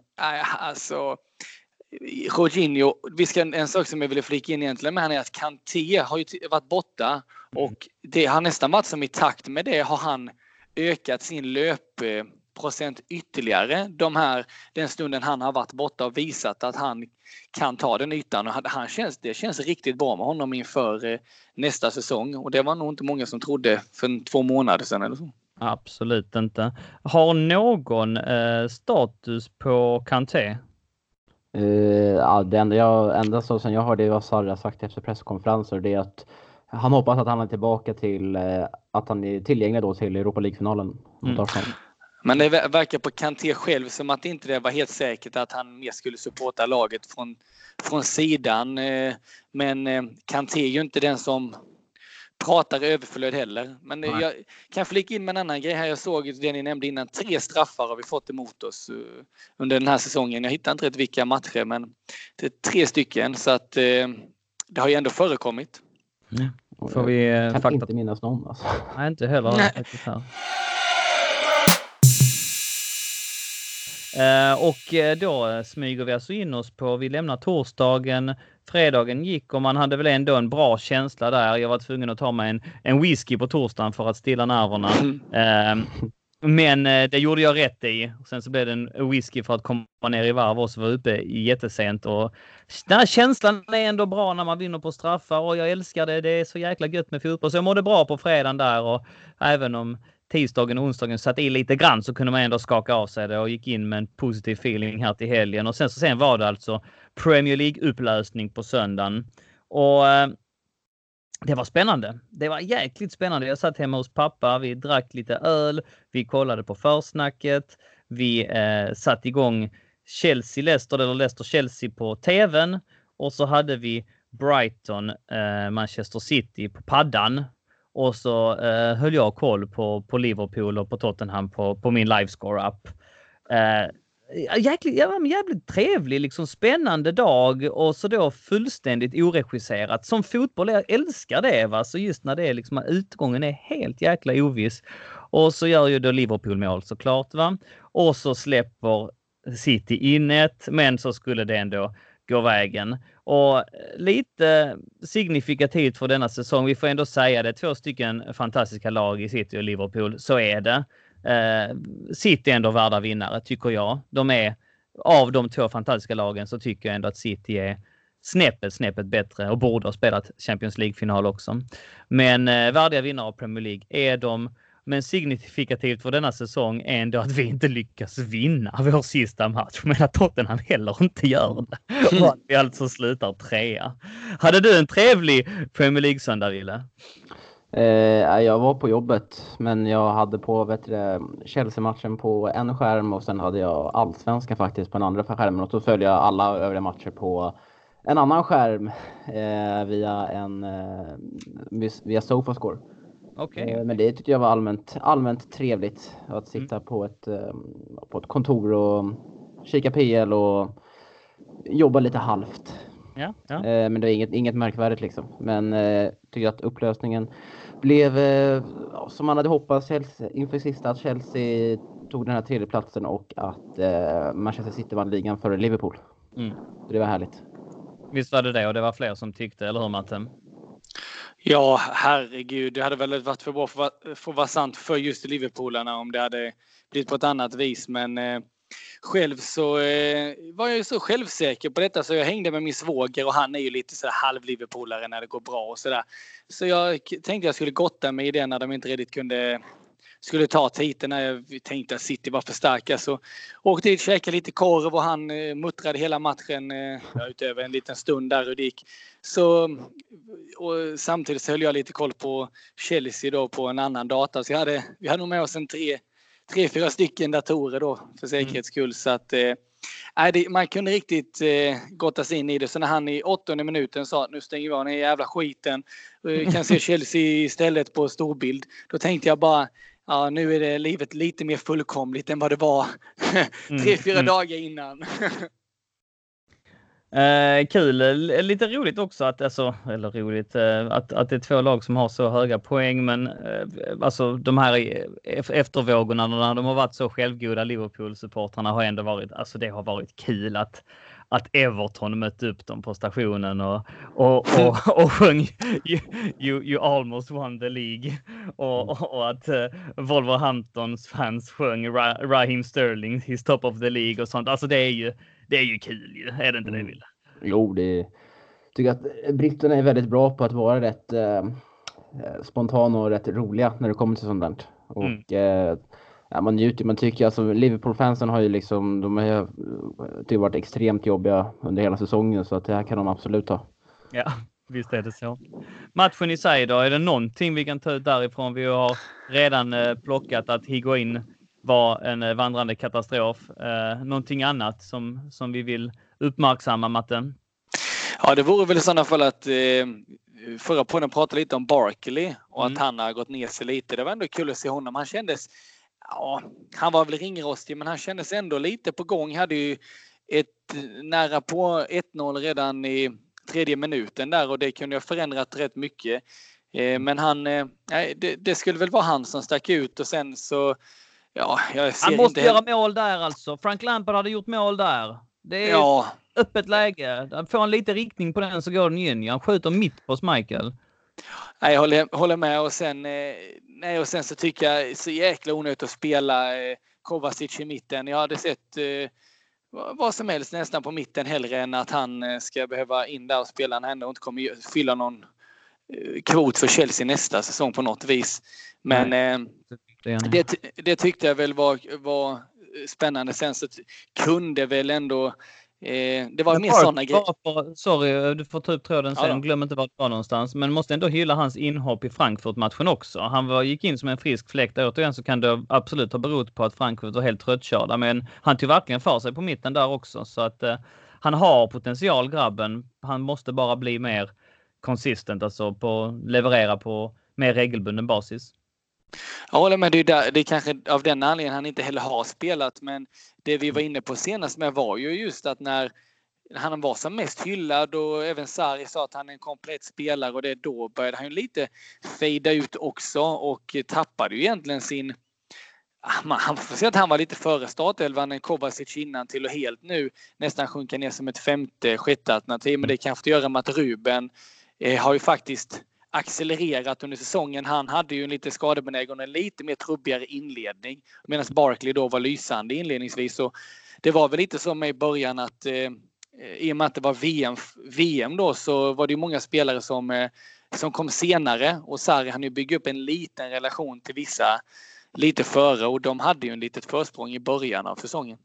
C: Jorginho, en sak som jag ville flika in egentligen med han är att Kanté har ju varit borta och det har nästan varit som i takt med det har han ökat sin löpprocent ytterligare den stunden han har varit borta och visat att han kan ta den ytan, och det känns riktigt bra med honom inför nästa säsong, och det var nog inte många som trodde för 2 månader sedan eller så.
A: Absolut inte. Har någon status på Kanté?
B: Ja, det enda som jag hörde vad Sarri sagt efter presskonferenser, det är att han hoppas att han är tillbaka till att han är tillgänglig då till Europa League-finalen mot Arsenal.
C: Men det verkar på Kanté själv som att inte det var helt säkert att han mer skulle supporta laget från sidan. Men Kanté är ju inte den som pratar överflöd heller. Men jag kan flika in med en annan grej här. Jag såg det ni nämnde innan. 3 straffar har vi fått emot oss under den här säsongen. Jag hittar inte rätt vilka matcher, men det är 3 stycken. Så att det har ju ändå förekommit.
A: Får vi
B: kan
A: fakta...
B: inte minnas någon alltså.
A: Nej, inte heller faktiskt här. Och då smyger vi alltså in oss på, vi lämnar torsdagen, fredagen gick och man hade väl ändå en bra känsla där. Jag var tvungen att ta mig en whisky på torsdagen för att stilla nerverna. Men det gjorde jag rätt i. Sen så blev det en whisky för att komma ner i varv och så var uppe jättesent. Och den här känslan är ändå bra när man vinner på straffar och jag älskar det. Det är så jäkla gött med fotboll. Så jag mådde bra på fredagen där och även om tisdagen och onsdagen satt i lite grann så kunde man ändå skaka av sig det och gick in med en positiv feeling här till helgen. Och sen var det alltså Premier League-upplösning på söndagen. Och det var spännande. Det var jäkligt spännande. Jag satt hemma hos pappa, vi drack lite öl, vi kollade på försnacket, vi satt igång Chelsea-Leicester eller Leicester-Chelsea på tvn och så hade vi Brighton, Manchester City på paddan. Och så höll jag koll på Liverpool och på Tottenham på min livescore-app. Jävligt trevlig, liksom spännande dag och så då fullständigt oregisserat. Som fotboll, jag älskar det va. Så just när det är liksom utgången är helt jäkla oviss. Och så gör ju då Liverpool mål såklart va. Och så släpper City in ett, men så skulle det ändå gå vägen. Och lite signifikativt för denna säsong, vi får ändå säga det, 2 stycken fantastiska lag i City och Liverpool, så är det. City är ändå värda vinnare tycker jag. De är, av de 2 fantastiska lagen så tycker jag ändå att City är snäppet bättre och borde ha spelat Champions League-final också. Men värdiga vinnare av Premier League är de. Men signifikativt för denna säsong är ändå att vi inte lyckas vinna vår sista match. Men att Tottenham heller inte gör det. Och att vi alltså slutar 3. Hade du en trevlig Premier League-söndag, Wille?
B: Jag var på jobbet, men jag hade på Chelsea-matchen på en skärm och sen hade jag allsvenska faktiskt på en andra skärmen. Och så följde jag alla övriga matcher på en annan skärm via Sofascore.
A: Okay.
B: Men det tyckte jag var allmänt trevligt att sitta på ett kontor och kika PL och jobba lite halvt.
A: Ja.
B: Men det är inget märkvärdigt liksom. Men tycker att upplösningen blev som man hade hoppats inför sista, att Chelsea tog den här 3:e platsen och att Manchester City vann ligan före Liverpool. Så det var härligt.
A: Visst var det och det var fler som tyckte, eller hur Matten?
C: Ja, herregud. Det hade väl varit för bra för att vara sant för just Liverpoolarna om det hade blivit på ett annat vis. Men själv så var jag ju så självsäker på detta så jag hängde med min svåger och han är ju lite så halv-Liverpoolare när det går bra och sådär. Så jag tänkte jag skulle gotta mig i det när de inte riktigt skulle ta titeln. När jag tänkte att City var för starka så åkte dit, käkade lite korv och han muttrade hela matchen utöver en liten stund där och det gick. Så, och samtidigt så höll jag lite koll på Chelsea då på en annan data. Så vi hade nog med oss 3-4 stycken datorer då för säkerhets skull. Så att man kunde riktigt gotta sig in i det. Så när han i 8:e minuten sa att nu stänger vi av den här jävla skiten. Kan se Chelsea istället på storbild. Då tänkte jag bara, ja nu är det livet lite mer fullkomligt än vad det var 3-4 dagar innan.
A: Kul, lite roligt också att det är 2 lag som har så höga poäng, men alltså de här eftervågorna när de har varit så självgoda, Liverpool-supportrarna har ändå varit, alltså det har varit kul att Everton mötte upp dem på stationen och sjöng you almost won the League och att Wolverhamptons fans sjöng Raheem Sterling he's top of the League och sånt. Alltså det är ju kul ju, är det inte det, Wille?
B: Jo, tycker att britterna är väldigt bra på att vara rätt spontana och rätt roliga när det kommer till sånt där. Och man njuter, man tycker alltså Liverpool-fansen har ju liksom, de har ju varit extremt jobbiga under hela säsongen så att det här kan de absolut ta.
A: Ja, visst är det så. Matchen i sig då, är det någonting vi kan ta ut därifrån? Vi har redan plockat att Higuain var en vandrande katastrof. Någonting annat som vi vill uppmärksamma, Matten?
C: Ja, det vore väl i sådana fall att förra podden pratade lite om Barkley och att han har gått ner sig lite. Det var ändå kul att se honom. Han kändes, han var väl ringrostig men han kändes ändå lite på gång. Hade ju nära på 1-0 redan i 3:e minuten där och det kunde ha förändrat rätt mycket. Men det skulle väl vara han som stack ut och sen så jag ser
A: han måste
C: inte
A: göra mål där alltså. Frank Lampard hade gjort mål där. Det är öppet läge. Får han lite riktning på den så går den in. Han skjuter mitt på Schmeichel.
C: Nej, jag håller med och sen så tycker jag så jäkla onödigt att spela Kovacic i mitten. Jag hade sett vad som helst nästan på mitten hellre än att han ska behöva in där och spela när han ändå inte kommer fylla någon kvot för Chelsea nästa säsong på något vis. Men det tyckte jag väl var spännande. Sen så kunde väl ändå det var mer sådana grejer.
A: Sorry, du får ta upp tråden sen. Glöm inte var det var någonstans. Men måste ändå hylla hans inhopp i Frankfurt-matchen också. Han gick in som en frisk fläkt. Återigen så kan det absolut ha berott på att Frankfurt var helt tröttkörda. Men han tog verkligen för sig på mitten där också. Så att han har potential, grabben. Han måste bara bli mer konsistent. Alltså leverera på mer regelbunden basis.
C: Jag håller med, det är kanske av den anledningen han inte heller har spelat, men det vi var inne på senast med var ju just att när han var som mest hyllad och även Sarri sa att han är en komplett spelare och då började han ju lite fejda ut också och tappade ju egentligen man får säga att han var lite före startelvan än Kovacic innan till och helt nu nästan sjunka ner som ett sjätte alternativ, men det kan få göra med att Ruben har ju faktiskt accelererat under säsongen. Han hade ju en lite skadebenägen och en lite mer trubbigare inledning. Medan Barkley då var lysande inledningsvis. Så det var väl lite så med i början att i och med att det var VM då så var det ju många spelare som kom senare. Och Sarri hann ju bygga upp en liten relation till vissa lite före. Och de hade ju en litet försprång i början av säsongen.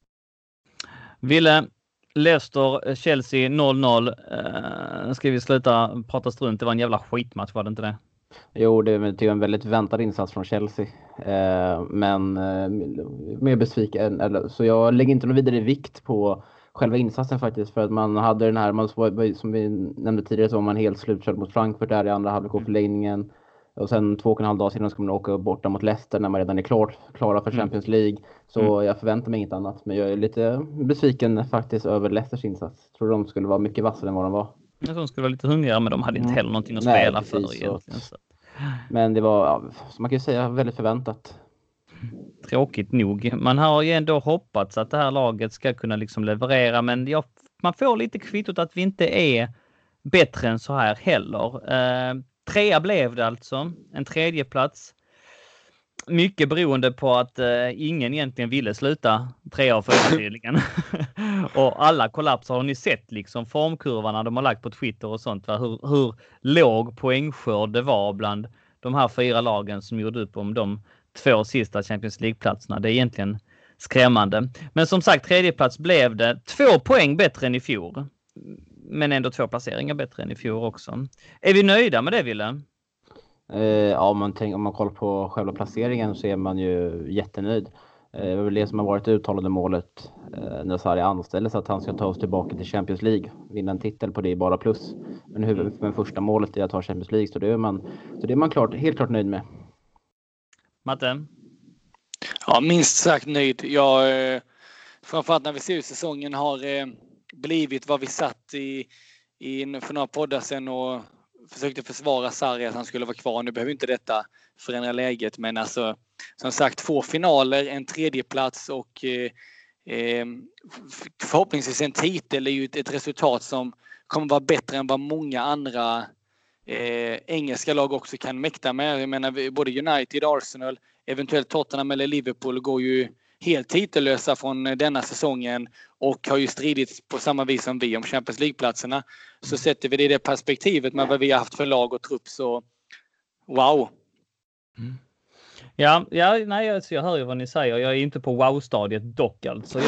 A: Ville Leicester, Chelsea 0-0. Ska vi sluta prata strunt? Det var en jävla skitmatch, var det inte det?
B: Jo, det är en väldigt väntad insats från Chelsea. Men mer besviken. Så jag lägger inte någon vidare vikt på själva insatsen faktiskt. För att man hade den här, som vi nämnde tidigare, så var man helt slutkörd mot Frankfurt där i andra halvlek och förlängningen. Och sen 2,5 dagar sedan ska man åka borta mot Leicester när man redan är klara för Champions League. Så jag förväntar mig inget annat. Men jag är lite besviken faktiskt över Leicesters insats. Jag tror de skulle vara mycket vassare än vad de var.
A: Jag tror de skulle vara lite hungrigare, men de hade inte heller någonting att spela för egentligen. Så.
B: Men det var, som man kan ju säga, väldigt förväntat.
A: Tråkigt nog. Man har ju ändå hoppats att det här laget ska kunna liksom leverera. Men man får lite kvittot att vi inte är bättre än så här heller. 3 blev det alltså. En 3:e plats. Mycket beroende på att ingen egentligen ville sluta 3 av 4 tydligen. Och alla kollapser har ni sett liksom formkurvorna de har lagt på Twitter och sånt. Hur låg poängskörd det var bland de här 4 lagen som gjorde upp om de 2 sista Champions League-platserna. Det är egentligen skrämmande. Men som sagt, 3:e plats blev det. 2 poäng bättre än i fjol. Men ändå 2 placeringar bättre än i fjol också. Är vi nöjda med det, Ville?
B: Ja, om man kollar på själva placeringen så är man ju jättenöjd. Det var väl det som har varit det uttalade målet när Sarri anställdes, att han ska ta oss tillbaka till Champions League. Vinna en titel på det är bara plus. Men första målet är att ta Champions League, så det är man helt klart nöjd med. Matte?
C: Ja, minst sagt nöjd. Framförallt när vi ser hur säsongen har blivit vad vi satt i för några poddar sedan och försökte försvara Sarri att han skulle vara kvar. Nu behöver inte detta förändra läget, men alltså som sagt 2 finaler, en 3:e plats och förhoppningsvis en titel är ju ett resultat som kommer vara bättre än vad många andra engelska lag också kan mäkta med. Jag menar, både United, Arsenal, eventuellt Tottenham eller Liverpool går ju helt titellösa från denna säsongen och har ju stridit på samma vis som vi om Champions League-platserna. Så sätter vi det i det perspektivet med vad vi har haft för lag och trupp, så wow.
A: Ja, nej, jag hör ju vad ni säger. Jag är inte på wow-stadiet dock alltså.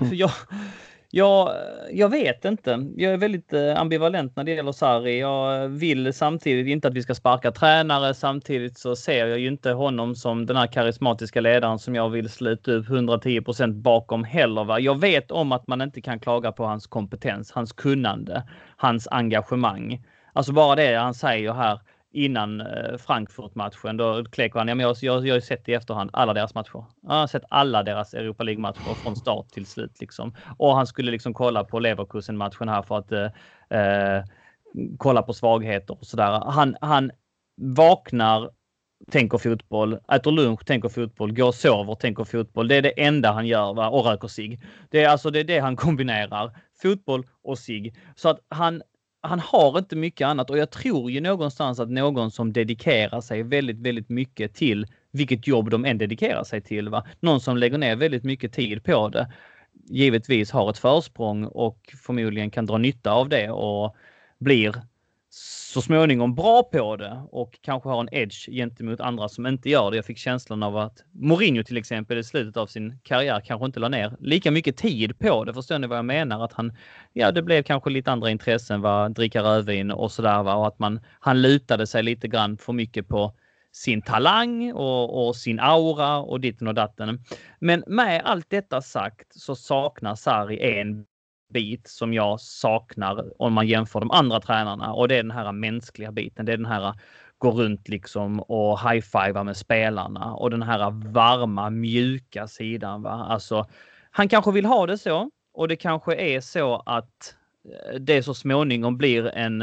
A: Jag vet inte. Jag är väldigt ambivalent när det gäller Sarri. Jag vill samtidigt inte att vi ska sparka tränare. Samtidigt så ser jag ju inte honom som den här karismatiska ledaren som jag vill sluta upp 110% bakom heller. Va? Jag vet om att man inte kan klaga på hans kompetens, hans kunnande, hans engagemang. Alltså bara det han säger här innan Frankfurt-matchen, då kläcker han. Ja, men jag har ju sett i efterhand alla deras matcher. Jag har sett alla deras Europa League-matcher från start till slut liksom. Och han skulle liksom kolla på Leverkusen-matchen här för att kolla på svagheter och sådär. Han vaknar, tänker fotboll, äter lunch, tänker fotboll, går och sover, tänker fotboll. Det är det enda han gör, va? Och röker cigg. Det är det han kombinerar. Fotboll och cigg. Så att han har inte mycket annat, och jag tror ju någonstans att någon som dedikerar sig väldigt, väldigt mycket till vilket jobb de än dedikerar sig till, va? Någon som lägger ner väldigt mycket tid på det, givetvis har ett försprång och förmodligen kan dra nytta av det och blir så småningom bra på det och kanske har en edge gentemot andra som inte gör det. Jag fick känslan av att Mourinho till exempel i slutet av sin karriär kanske inte la ner lika mycket tid på det. Förstår ni vad jag menar? Att det blev kanske lite andra intressen, dricka rödvin och sådär, och att han lutade sig lite grann för mycket på sin talang och sin aura och ditten och datten. Men med allt detta sagt så saknar Sarri en bit som jag saknar om man jämför de andra tränarna, och det är den här mänskliga biten. Det är den här gå runt liksom och high-fiva med spelarna och den här varma, mjuka sidan, va? Alltså, han kanske vill ha det så, och det kanske är så att det så småningom blir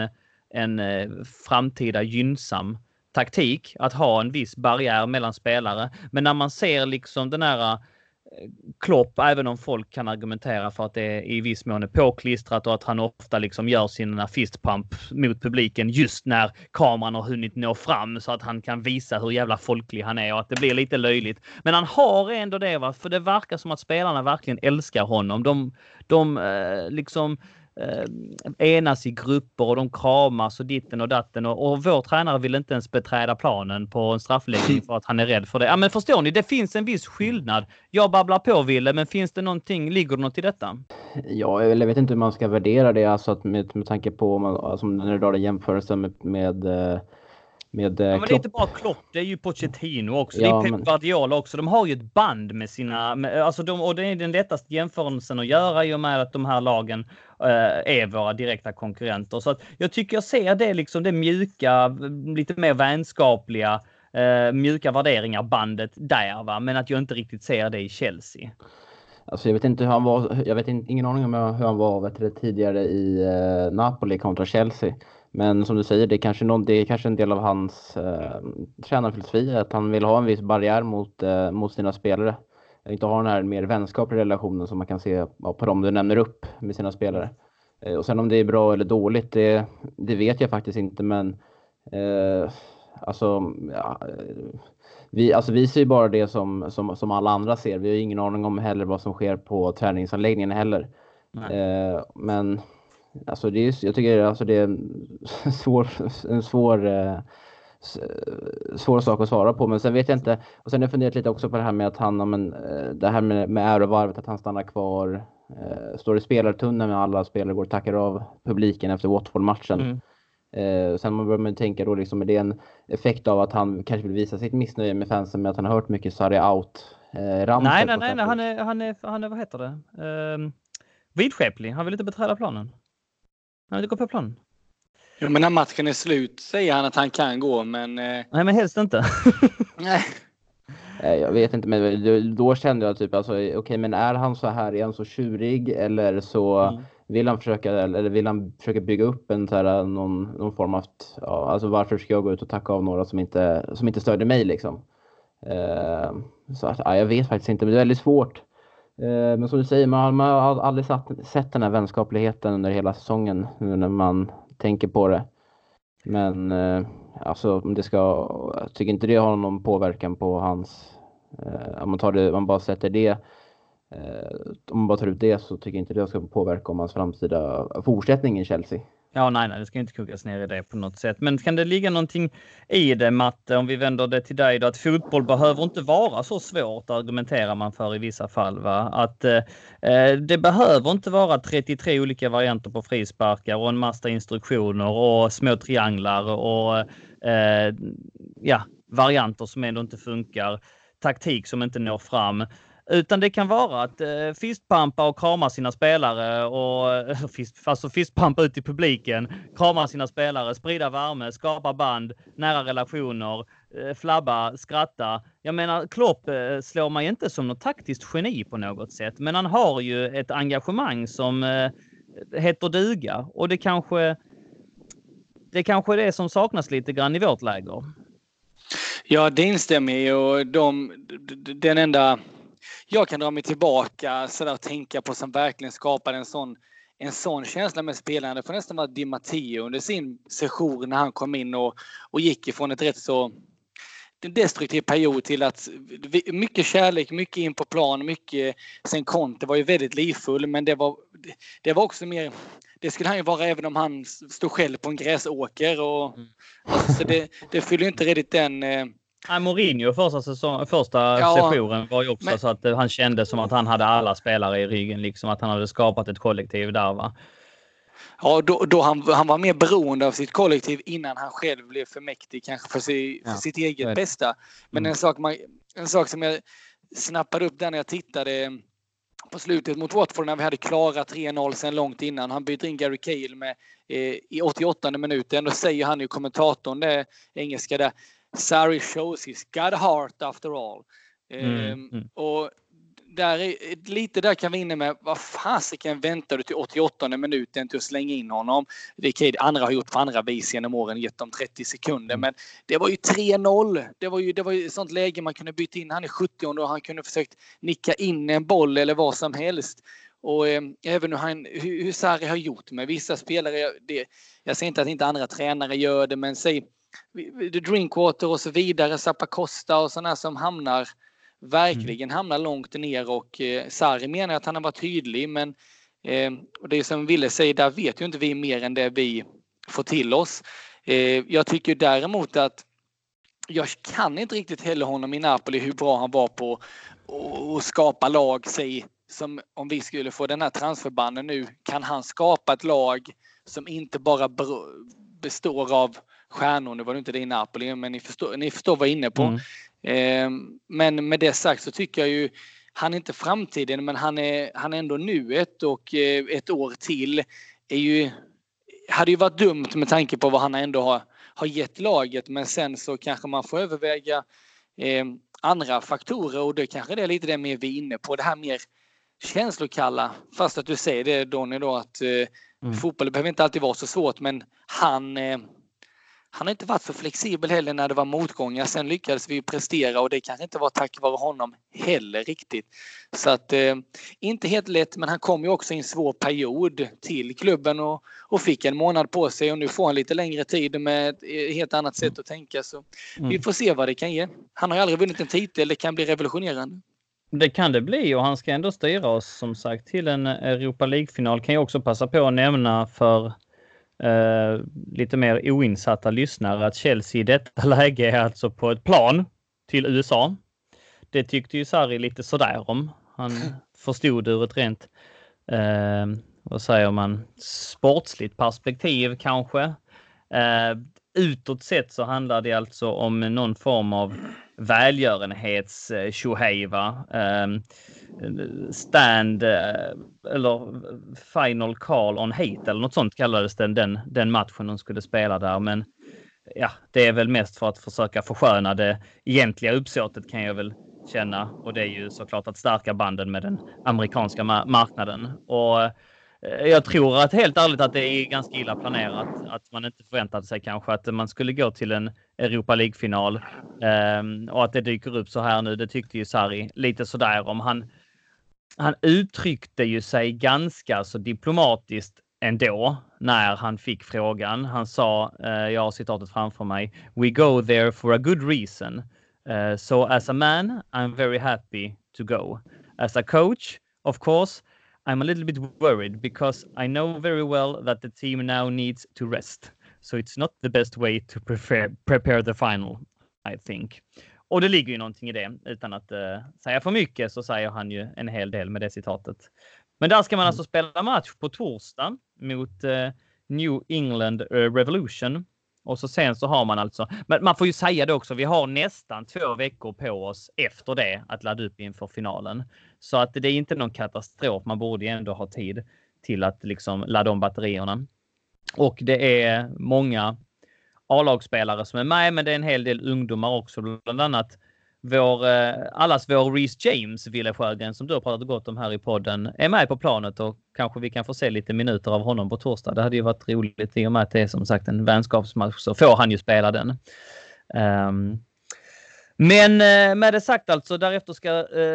A: en framtida gynnsam taktik att ha en viss barriär mellan spelare. Men när man ser liksom den här Klopp, även om folk kan argumentera för att det är i viss mån är påklistrat och att han ofta liksom gör sina fistpump mot publiken just när kameran har hunnit nå fram så att han kan visa hur jävla folklig han är och att det blir lite löjligt. Men han har ändå det, va? För det verkar som att spelarna verkligen älskar honom. De liksom enas i grupper och de kramas och ditten och datten, och vår tränare vill inte ens beträda planen på en straffläggning för att han är rädd för det. Ja, men förstår ni, det finns en viss skillnad. Jag babblar på, Ville, men finns det någonting, ligger det något i detta?
B: Ja, jag vet inte hur man ska värdera det, alltså att med tanke på, alltså, när du drar det jämförelsen med
A: men det är inte bara Klopp, det är ju Pochettino också.
B: Ja,
A: det är Pep Guardiola också. De har ju ett band med sina... och det är den lättaste jämförelsen att göra i och med att de här lagen är våra direkta konkurrenter. Så att jag tycker jag ser det liksom, det mjuka, lite mer vänskapliga, mjuka värderingar bandet där, va? Men att jag inte riktigt ser det i Chelsea.
B: Alltså jag vet inte hur han var, ingen aning om hur han var tidigare i Napoli kontra Chelsea. Men som du säger, det är kanske en del av hans tränarfilosofi, att han vill ha en viss barriär mot sina spelare. Inte ha den här mer vänskapliga relationen som man kan se på dem du nämner upp med sina spelare. Och sen om det är bra eller dåligt, det vet jag faktiskt inte, men vi ser ju bara det som alla andra ser. Vi har ingen aning om heller vad som sker på träningsanläggningen heller. Men alltså jag tycker alltså det är en svår sak att svara på, men sen vet jag inte. Och sen har jag funderat lite också på det här med att det här med ärovarvet, att han stannar kvar, står i spelartunneln med alla spelare, går och tackar av publiken efter Watford-matchen. Sen börjar man tänka då liksom, är det en effekt av att han kanske vill visa sitt missnöje med fansen med att han har hört mycket Sarri out
A: nej, han är vad heter det? Vidskeplig. Han vill inte beträda planen. Han vill inte gå på planen.
C: Ja, men när matchen är slut säger han att han kan gå, men... Nej,
A: men helst inte.
C: Nej.
B: Jag vet inte, men då kände jag typ, alltså, okej, men är han så här, är han så tjurig, eller så vill han försöka bygga upp en så här, någon form av, alltså varför ska jag gå ut och tacka av några som inte stödjer mig liksom. Så att, jag vet faktiskt inte, men det är väldigt svårt. Men som du säger, man har aldrig sett den här vänskapligheten under hela säsongen nu när man tänker på det. Men alltså jag tycker inte det har någon påverkan på hans, om man bara sätter det, om man bara tar ut det, så tycker jag inte det ska påverka om hans framtida fortsättning i Chelsea.
A: Ja, nej, det ska inte kokas ner i det på något sätt. Men kan det ligga någonting i det, Matte, om vi vänder det till dig då, att fotboll behöver inte vara så svårt, argumenterar man för i vissa fall, va? Att det behöver inte vara 33 olika varianter på frisparkar och en massa instruktioner och små trianglar och varianter som ändå inte funkar, taktik som inte når fram. Utan det kan vara att fistpampa och krama sina spelare och fistpampa ut i publiken, krama sina spelare, sprida värme, skapa band, nära relationer, flabba, skratta. Jag menar, Klopp slår mig inte som något taktiskt geni på något sätt, men han har ju ett engagemang som heter duga, och det kanske det kanske är det som saknas lite grann i vårt läger.
C: Ja, det instämmer i, och den enda jag kan dra mig tillbaka så där och tänka på som verkligen skapade en sån känsla med spelarna. Det får nästan vara Di Matteo under sin session när han kom in och gick ifrån ett rätt så destruktiv period till att mycket kärlek, mycket in på plan, mycket sen Conte var ju väldigt livfull, men det var också mer, det skulle han ju vara även om han stod själv på en gräsåker och alltså det fyller inte riktigt den
A: Mourinho första sessionen var ju också så att han kände som att han hade alla spelare i ryggen, liksom att han hade skapat ett kollektiv där, va? Ja,
C: då han var mer beroende av sitt kollektiv innan han själv blev för mäktig kanske för sitt eget bästa. Men en sak som jag snappade upp där när jag tittade på slutet mot Watford när vi hade klarat 3-0 sen långt innan. Han byter in Gary Cahill i 88:e minuten. Då säger han ju kommentatorn, det engelska där, Sarri shows he's got a heart after all. Och lite där kan vi inne med, vad fasiken väntar du till 88:e minuten till att slänga in honom? Det andra har gjort på andra vis genom åren, gett dem 30 sekunder. Men det var ju 3-0. Det var ju ett sånt läge man kunde byta in. Han är 70 och han kunde försökt nicka in en boll eller vad som helst. Och även hur Sarri har gjort med vissa spelare. Jag säger inte att inte andra tränare gör det, men säg Drinkwater och så vidare, Zappacosta och sådana som verkligen hamnar långt ner, och Sarri menar att han har varit tydlig, men och det som Ville säger, där vet ju inte vi mer än det vi får till oss. Jag tycker däremot att jag kan inte riktigt heller honom i Napoli hur bra han var på att skapa lag, som om vi skulle få den här transferbanden nu, kan han skapa ett lag som inte bara består av stjärnor. Nu var det inte det i Napoli, men ni förstår vad jag är inne på. Men med det sagt så tycker jag ju han är inte framtiden, men han är ändå nuet, och ett år till hade ju varit dumt med tanke på vad han ändå har gett laget. Men sen så kanske man får överväga andra faktorer, och det kanske det är lite det mer vi är inne på, det här mer känslokalla, fast att du säger det, Donny, då att fotboll behöver inte alltid vara så svårt, men han har inte varit så flexibel heller när det var motgångar. Sen lyckades vi prestera, och det kanske inte var tack vare honom heller riktigt. Så att inte helt lätt, men han kom ju också i en svår period till klubben och fick en månad på sig, och nu får han lite längre tid med ett helt annat sätt att tänka. Så vi får se vad det kan ge. Han har ju aldrig vunnit en titel, det kan bli revolutionerande.
A: Det kan det bli, och han ska ändå styra oss som sagt till en Europa League-final. Kan jag också passa på att nämna för lite mer oinsatta lyssnare att Chelsea i detta läge är alltså på ett plan till USA. Det tyckte ju Sarri lite sådär om. Han förstod ur ett rent vad säger man, sportsligt perspektiv kanske. Utåt sett så handlar det alltså om någon form av välgörenhets tjohejva, stand eller final call on hate eller något sånt kallades den matchen de skulle spela där. Men ja, det är väl mest för att försöka försköna det egentliga uppsåtet, kan jag väl känna, och det är ju såklart att stärka banden med den amerikanska marknaden. Och jag tror att helt ärligt att det är ganska illa planerat, att man inte förväntade sig kanske att man skulle gå till en Europa League-final, och att det dyker upp så här nu. Det tyckte ju Sarri lite sådär om. Han uttryckte ju sig ganska så diplomatiskt ändå när han fick frågan. Han sa, jag har citatet framför mig: "We go there for a good reason. So as a man, I'm very happy to go. As a coach, of course, I'm a little bit worried because I know very well that the team now needs to rest. So it's not the best way to prepare the final, I think." Och det ligger ju någonting i det. Utan att säga för mycket så säger han ju en hel del med det citatet. Men där ska man alltså spela match på torsdag mot New England Revolution. Och så sen så har man alltså, men man får ju säga det också, vi har nästan 2 veckor på oss efter det att ladda upp inför finalen. Så att det är inte någon katastrof, man borde ju ändå ha tid till att liksom ladda om batterierna. Och det är många A-lagsspelare som är med, men det är en hel del ungdomar också. Bland annat allas vår Reece James, Wille Sjögren, som du har pratat gott om här i podden, är med på planet och kanske vi kan få se lite minuter av honom på torsdag. Det hade ju varit roligt i och med att det är som sagt en vänskapsmatch, så får han ju spela den. Men med det sagt alltså, därefter ska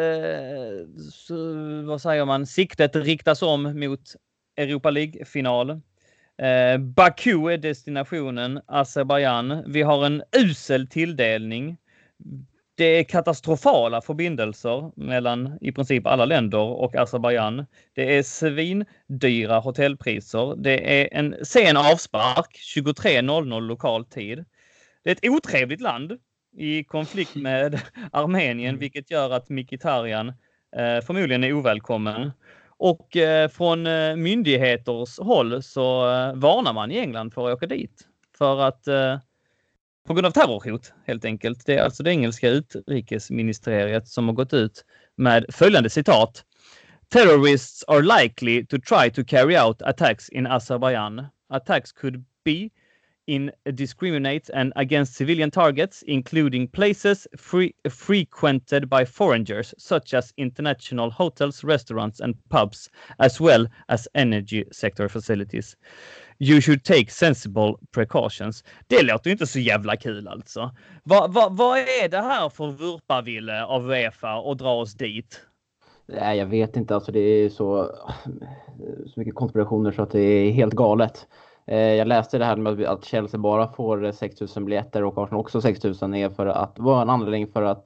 A: vad säger man, siktet riktas om mot Europa League-final. Baku är destinationen, Azerbaijan. Vi har en usel tilldelning. Det är katastrofala förbindelser mellan i princip alla länder och Azerbaijan. Det är svindyra hotellpriser. Det är en sen avspark, 23:00 lokal tid. Det är ett otrevligt land i konflikt med Armenien, vilket gör att Mkhitaryan förmodligen är ovälkommen. Och från myndigheters håll så varnar man i England för att åka dit. För att på grund av terrorhot helt enkelt. Det är alltså det engelska utrikesministeriet som har gått ut med följande citat. Terrorists are likely to try to carry out attacks in Azerbaijan. Attacks could be indiscriminate and against civilian targets, including places frequented by foreigners, such as international hotels, restaurants and pubs, as well as energy sector facilities. You should take sensible precautions. Det låter ju inte så jävla kul alltså. Vad är det här för vurpaville av UEFA och dra oss dit?
B: Nej, jag vet inte. Alltså det är så mycket konspirationer så att det är helt galet. Jag läste det här med att Chelsea bara får 6 000 biljetter och Arsenal också 6 000 är för att var en anledning för att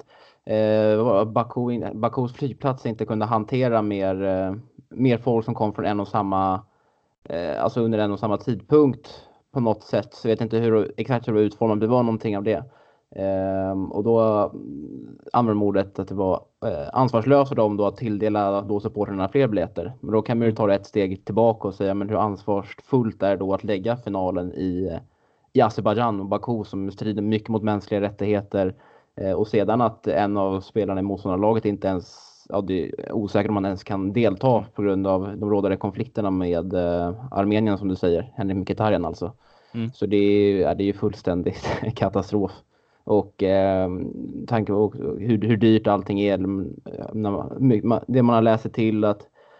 B: Bakus flygplats inte kunde hantera mer folk som kom från en och samma alltså under en och samma tidpunkt på något sätt. Så jag vet inte exakt hur det var utformat. Det var någonting av det. Och då använde ordet att det var ansvarslöst för dem då att tilldela då supporterna fler biljetter. Men då kan man ju ta ett steg tillbaka och säga men hur ansvarsfullt är det då att lägga finalen i Azerbaijan och Baku som strider mycket mot mänskliga rättigheter och sedan att en av spelarna i motståndarlaget inte ens det är osäkert om man ens kan delta på grund av de rådande konflikterna med Armenien som du säger, Henrik Mkhitaryan alltså. Så det är ju fullständigt katastrof. Och tanke på hur dyrt allting är. Det man har läst till att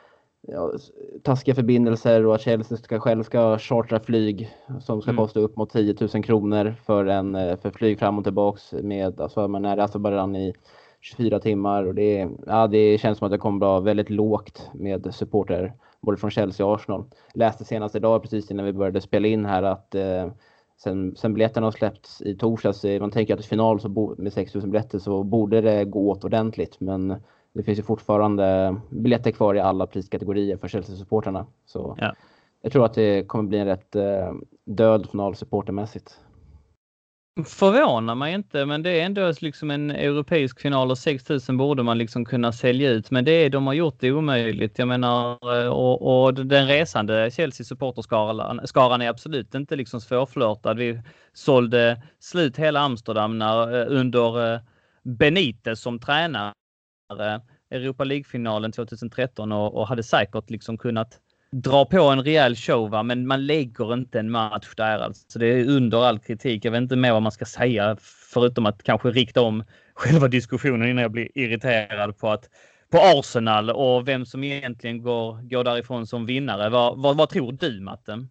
B: taskiga förbindelser och att Chelsea själv ska chartra flyg som ska kosta upp mot 10 000 kronor för flyg fram och tillbaks med alltså man är alltså bara i 24 timmar och det känns som att det kommer vara väldigt lågt med supporter både från Chelsea och Arsenal. Läste senast idag precis innan vi började spela in här att sen biljetterna har släppts i torsdags, man tänker att i final så med 6 000 biljetter så borde det gå åt ordentligt, men det finns ju fortfarande biljetter kvar i alla priskategorier för Chelsea-supporterna. Så jag tror att det kommer bli en rätt död final supportermässigt.
A: Förvånar mig inte, men det är ändå liksom en europeisk final och 6 000 borde man liksom kunna sälja ut, men de har gjort det omöjligt. Jag menar, och den resande Chelsea-supporterskaran är absolut inte liksom svårflörtad. Vi sålde slut hela Amsterdam under Benitez som tränare Europa League-finalen 2013 och hade säkert liksom kunnat dra på en rejäl show, va? Men man lägger inte en match där alltså. Det är under all kritik. Jag vet inte mer vad man ska säga förutom att kanske rikta om själva diskussionen innan jag blir irriterad på Arsenal och vem som egentligen går därifrån som vinnare. Vad tror du, Matte?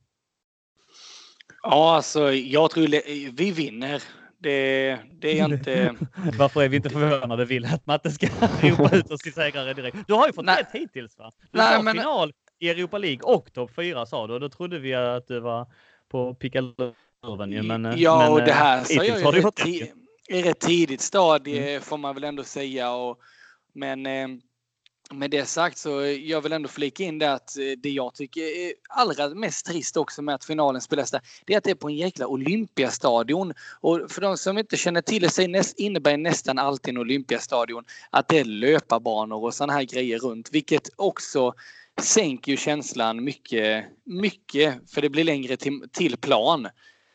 C: Ja, alltså jag tror vi vinner. Det är jag inte...
A: Varför är vi inte förvånade, Vill att Matte ska ropa ut oss till segrare direkt? Du har ju fått rätt hittills, va? Du sa final i Europa League och topp 4 sa du, och då trodde vi att du var på pickalurven. Men
C: det här sa jag ju i rätt tidigt stadie får man väl ändå säga. Men med det sagt så jag vill ändå flika in det att det jag tycker är allra mest trist också med att finalen spelas där, det är att det är på en jäkla Olympiastadion. Och för de som inte känner till det så innebär nästan alltid en Olympiastadion att det är löparbanor och sådana här grejer runt, vilket också sänker ju känslan mycket för det blir längre till plan.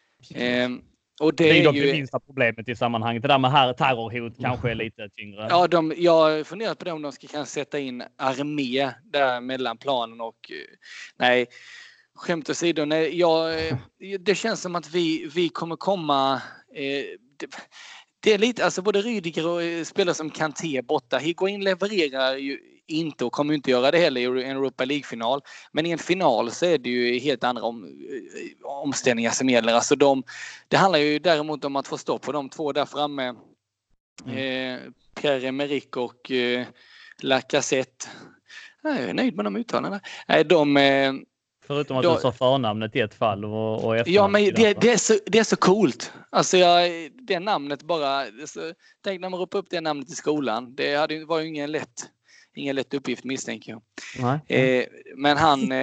C: Och det är ju det
A: minsta problemet i sammanhanget. Det där med terrorhot kanske är lite tyngre.
C: Ja, jag har funderat på det om de ska kunna sätta in armé där mellan planen och nej, skämt åsido. Det känns som att vi kommer komma det är lite, alltså både Rüdiger och spelare som Kanté borta. Higuain levererar ju inte och kommer inte göra det heller i en Europa League-final. Men i en final så är det ju helt andra omställningar som gäller. Alltså det handlar ju däremot om att få stopp på de två där framme. Pierre-Emerick och Lacazette. Jag är nöjd med de uttalandena.
A: Förutom att du sa förnamnet i ett fall och
C: ja, men det är så coolt. Alltså det namnet bara... Tänk när man ropar upp det namnet i skolan. Det var ju ingen lätt uppgift, misstänker jag. Men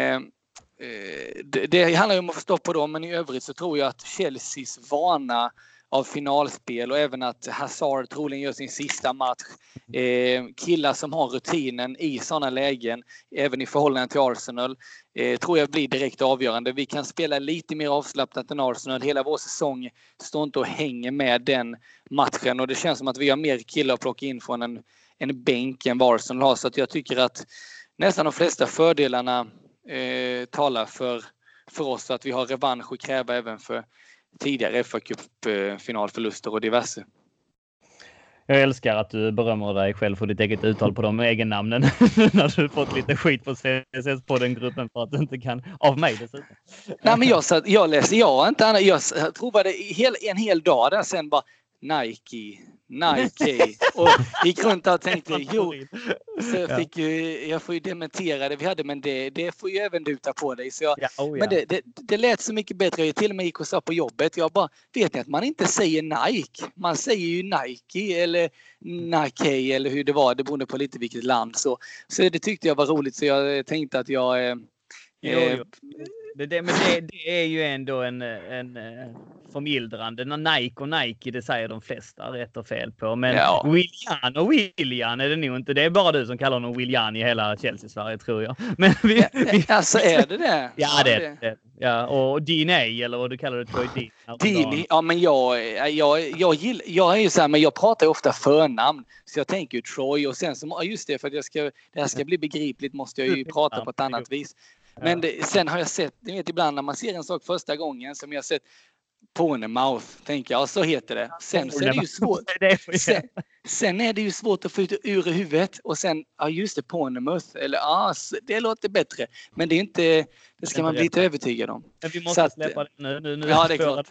C: det handlar ju om att få stopp på dem. Men i övrigt så tror jag att Chelseas vana av finalspel och även att Hazard troligen gör sin sista match. Killar som har rutinen i sådana lägen, även i förhållande till Arsenal, tror jag blir direkt avgörande. Vi kan spela lite mer avslappnat än Arsenal. Hela vår säsong står inte och hänger med den matchen och det känns som att vi har mer killar att plocka in från en bänk än vad Arsenal har. Så att jag tycker att nästan de flesta fördelarna talar för oss att vi har revansch att kräva även för tidigare FA Cup-finalförluster och diverse.
A: Jag älskar att du berömmer dig själv för ditt eget uttal på de egennamnen när du fått lite skit på CSS på den gruppen för att du inte kan av mig dessutom.
C: Nej, men jag provade en hel dag där sen bara Nike och gick runt och tänkte så jag får ju dementera det vi hade, men det får ju även du ta på dig. Så men det lät så mycket bättre. Jag till och med gick och sa på jobbet, jag bara, vet ni att man inte säger Nike, man säger ju Nike eller Nike eller hur det var, det berodde på lite vilket land, så det tyckte jag var roligt, så jag tänkte att jag
A: Det är ju ändå en förmildrande. Nike och Nike, det säger de flesta rätt och fel på. Men Willian är det nog inte. Det är bara du som kallar honom Willian i hela Chelsea-Sverige, tror jag. Men
C: alltså är det?
A: Ja, det är det. Ja, och DNA, eller vad du kallar det, Troy
C: Dini. Ja, men jag är ju så här, men jag pratar ju ofta förnamn. Så jag tänker ju Troy och sen så, just det, för att det här ska bli begripligt måste jag ju prata på ett annat vis. Men sen har jag sett, ni vet ibland när man ser en sak första gången som jag sett Pornemouth, tänker jag, så heter det. Sen så är det ju svårt. Sen är det ju svårt att få ut ur huvudet och sen, just det, Pornemouth, eller det låter bättre. Men det är inte, det ska man bli lite övertygad om.
A: Men vi måste släppa det nu.
C: Ja, det är klart.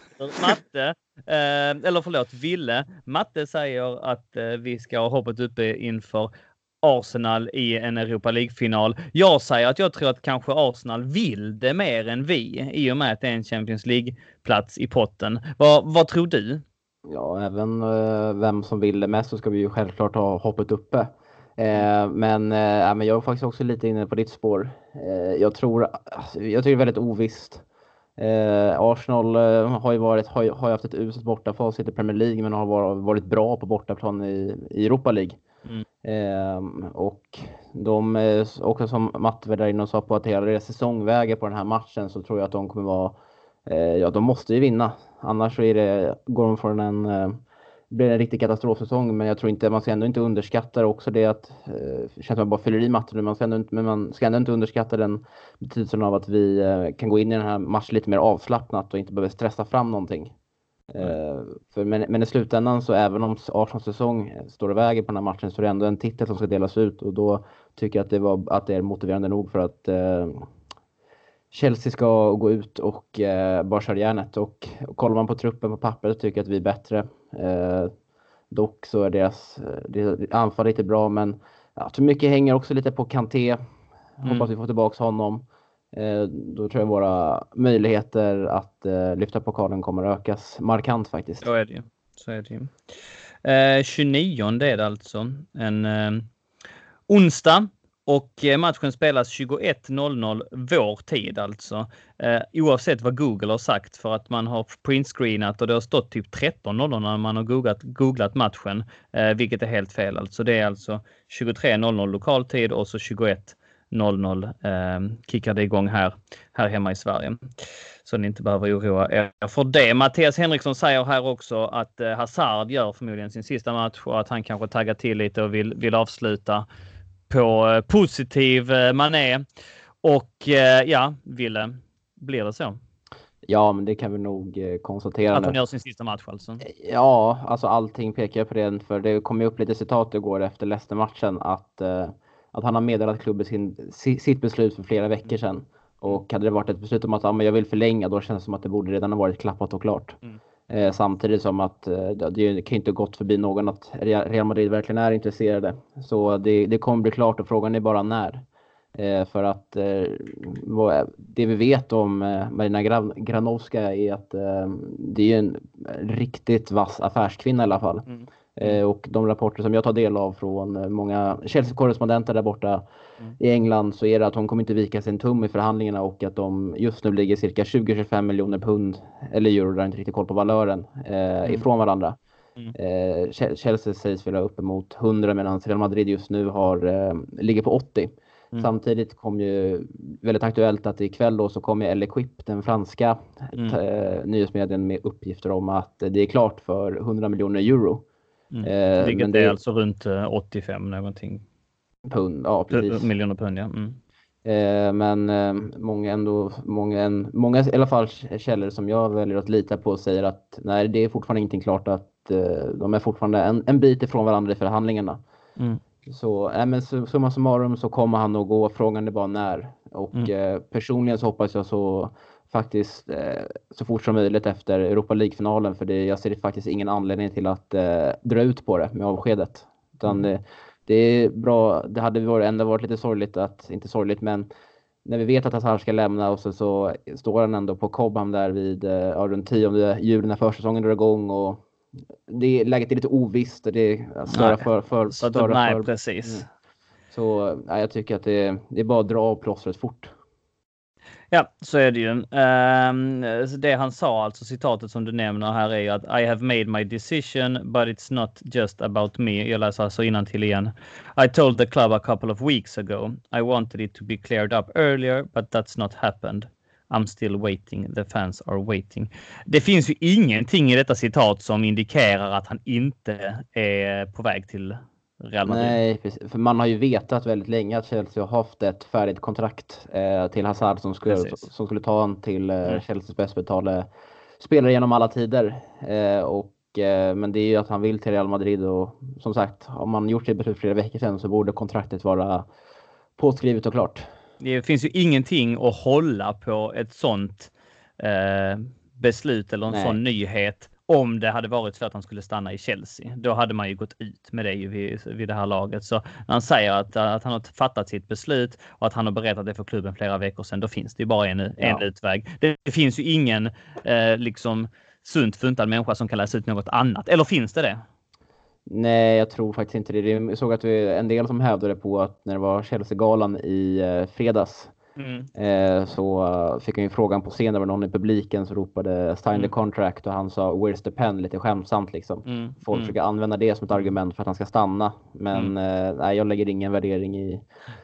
A: Ville. Matte säger att vi ska ha hoppet uppe inför Arsenal i en Europa League-final. Jag säger att jag tror att kanske Arsenal vill det mer än vi i och med att det är en Champions League-plats i potten. Vad tror du?
B: Ja, även vem som vill det mest så ska vi ju självklart ha hoppet uppe. Men jag är faktiskt också lite inne på ditt spår. Jag tycker det är väldigt ovisst. Arsenal har ju haft ett uselt bortafacit i Premier League, men har varit bra på bortaplan i Europa League. Och de också, som Matte där inne och sa, på att hela deras säsongvägar på den här matchen, så tror jag att de kommer vara de måste ju vinna, annars så går de från blir en riktig katastrofsäsong. Men jag tror inte, man ska ändå inte underskatta också det att känns som att bara fyller i matchen, men man ska ändå inte underskatta den betydelsen av att vi kan gå in i den här matchen lite mer avslappnat och inte behöver stressa fram någonting. Men i slutändan, så även om Arsenals säsong står och väger på den här matchen, så är det ändå en titel som ska delas ut, och då tycker jag att det är motiverande nog för att Chelsea ska gå ut och bara köra järnet. Och kollar man på truppen på pappret tycker jag att vi är bättre. Dock så är deras anfall lite bra, men jag tror mycket hänger också lite på Kanté. Hoppas vi får tillbaka honom. Då tror jag våra möjligheter att lyfta pokalen kommer att ökas markant faktiskt.
A: Så är det ju. 29 är det alltså. En onsdag. Och matchen spelas 21.00 vår tid alltså. Oavsett vad Google har sagt, för att man har printscreenat och det har stått typ 13.00 när man har googlat matchen. Vilket är helt fel. Alltså det är alltså 23.00 lokal tid och så 21.00 kickar det igång här hemma i Sverige. Så ni inte behöver oroa er för det. Mattias Henriksson säger här också att Hazard gör förmodligen sin sista match och att han kanske taggar till lite och vill avsluta på positiv mané. Och Ville, blir det så?
B: Ja, men det kan vi nog konstatera
A: Att han
B: nu.
A: gör sin sista match alltså.
B: Ja, alltså allting pekar på det. För det kom ju upp lite citat igår efter Leicester-matchen att han har meddelat klubben sitt beslut för flera veckor sedan. Och hade det varit ett beslut om att men jag vill förlänga, då känns det som att det borde redan ha varit klappat och klart. Samtidigt som att det kan inte gått förbi någon att Real Madrid verkligen är intresserade. Så det kommer bli klart och frågan är bara när. För att det vi vet om Marina Granovska är att det är en riktigt vass affärskvinna i alla fall. Och de rapporter som jag tar del av från många Chelsea-korrespondenter där borta i England, så är det att hon kommer inte vika sin tum i förhandlingarna och att de just nu ligger cirka 20-25 miljoner pund eller euro, där jag inte riktigt koll på valören, ifrån varandra. Chelsea sägs vilja uppemot 100 medan Real Madrid just nu ligger på 80. Samtidigt kom ju väldigt aktuellt att ikväll då så kommer L'Equipe, den franska nyhetsmedien, med uppgifter om att det är klart för 100 miljoner euro.
A: Vilket är alltså runt 85 någonting.
B: Pund, ja precis.
A: Miljoner pund, ja.
B: Men många i alla fall källor som jag väljer att lita på säger att nej, det är fortfarande ingenting klart, att de är fortfarande en bit ifrån varandra i förhandlingarna. Så men summa summarum så kommer han att gå, frågan är bara när. Och personligen så hoppas jag faktiskt så fort som möjligt efter Europa League-finalen, för jag ser faktiskt ingen anledning till att dra ut på det med avskedet. Utan det är bra, det hade ändå varit lite sorgligt inte sorgligt, men när vi vet att Hazard ska lämna och så står han ändå på Cobham där vid runt 10 juli när försäsongen drar igång, och läget är lite ovisst och det större
A: precis.
B: Så jag tycker att det är bara att dra av plåstret fort.
A: Ja, så är det ju. Det han sa, alltså citatet som du nämner här, är ju att I have made my decision, but it's not just about me. Jag läser alltså innantill igen. I told the club a couple of weeks ago. I wanted it to be cleared up earlier, but that's not happened. I'm still waiting. The fans are waiting. Det finns ju ingenting i detta citat som indikerar att han inte är på väg till Real Madrid.
B: Nej, för man har ju vetat väldigt länge att Chelsea har haft ett färdigt kontrakt till Hazard som skulle ta han till Chelseas bäst betalade spelare genom alla tider. Men det är ju att han vill till Real Madrid, och som sagt, om man gjort det beslut flera veckor sedan så borde kontraktet vara påskrivet och klart.
A: Det finns ju ingenting att hålla på ett sånt beslut eller en sån nyhet. Om det hade varit så att han skulle stanna i Chelsea, då hade man ju gått ut med det vid det här laget. Så när han säger att han har fattat sitt beslut och att han har berättat det för klubben flera veckor sedan, då finns det ju bara en utväg. Det finns ju ingen liksom sunt funtad människa som kan läsa ut något annat. Eller finns det?
B: Nej, jag tror faktiskt inte det. Jag såg att en del som hävdade på att när det var Chelsea-galan i fredags så fick han ju frågan på scen, där var någon i publiken som ropade sign the contract, och han sa where's the pen, lite skämtsamt liksom. Folk försöker använda det som ett argument för att han ska stanna, men nej, jag lägger ingen värdering i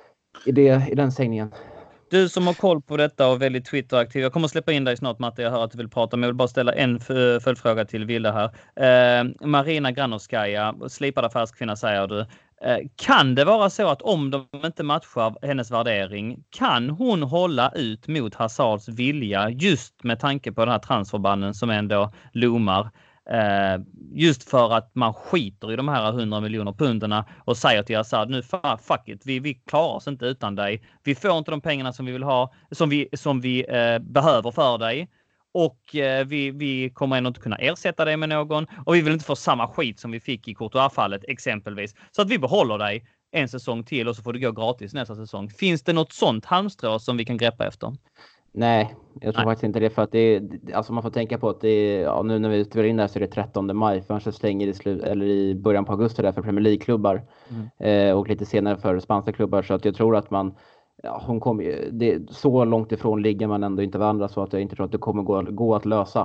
B: den sägningen.
A: Du som har koll på detta och väldigt Twitter-aktiv. Jag kommer att släppa in dig snart, Matte. Jag hör att du vill prata, men jag vill bara ställa en följdfråga till Vilda här. Marina Granovskaja, slipad affärskvinna säger du. Kan det vara så att om de inte matchar hennes värdering, kan hon hålla ut mot Hazards vilja, just med tanke på den här transferbanden som ändå loomar? Just för att man skiter i de här 100 miljoner punderna och säger till Hazard, nu fuck it, vi klarar oss inte utan dig. Vi får inte de pengarna som vi vill ha, som vi behöver för dig. Och vi kommer ändå inte kunna ersätta dig med någon. Och vi vill inte få samma skit som vi fick i Courtois-fallet exempelvis. Så att vi behåller dig en säsong till och så får du gå gratis nästa säsong. Finns det något sånt halmstrå som vi kan greppa efter?
B: Nej, jag tror faktiskt inte det, för att alltså man får tänka på att nu när vi spelar in där så är det 13 maj, förrän så stänger i början på augusti där för Premier League-klubbar och lite senare för spanska klubbar, så att jag tror att hon kommer så långt ifrån ligger man ändå inte varandra, så att jag inte tror att det kommer gå att lösa.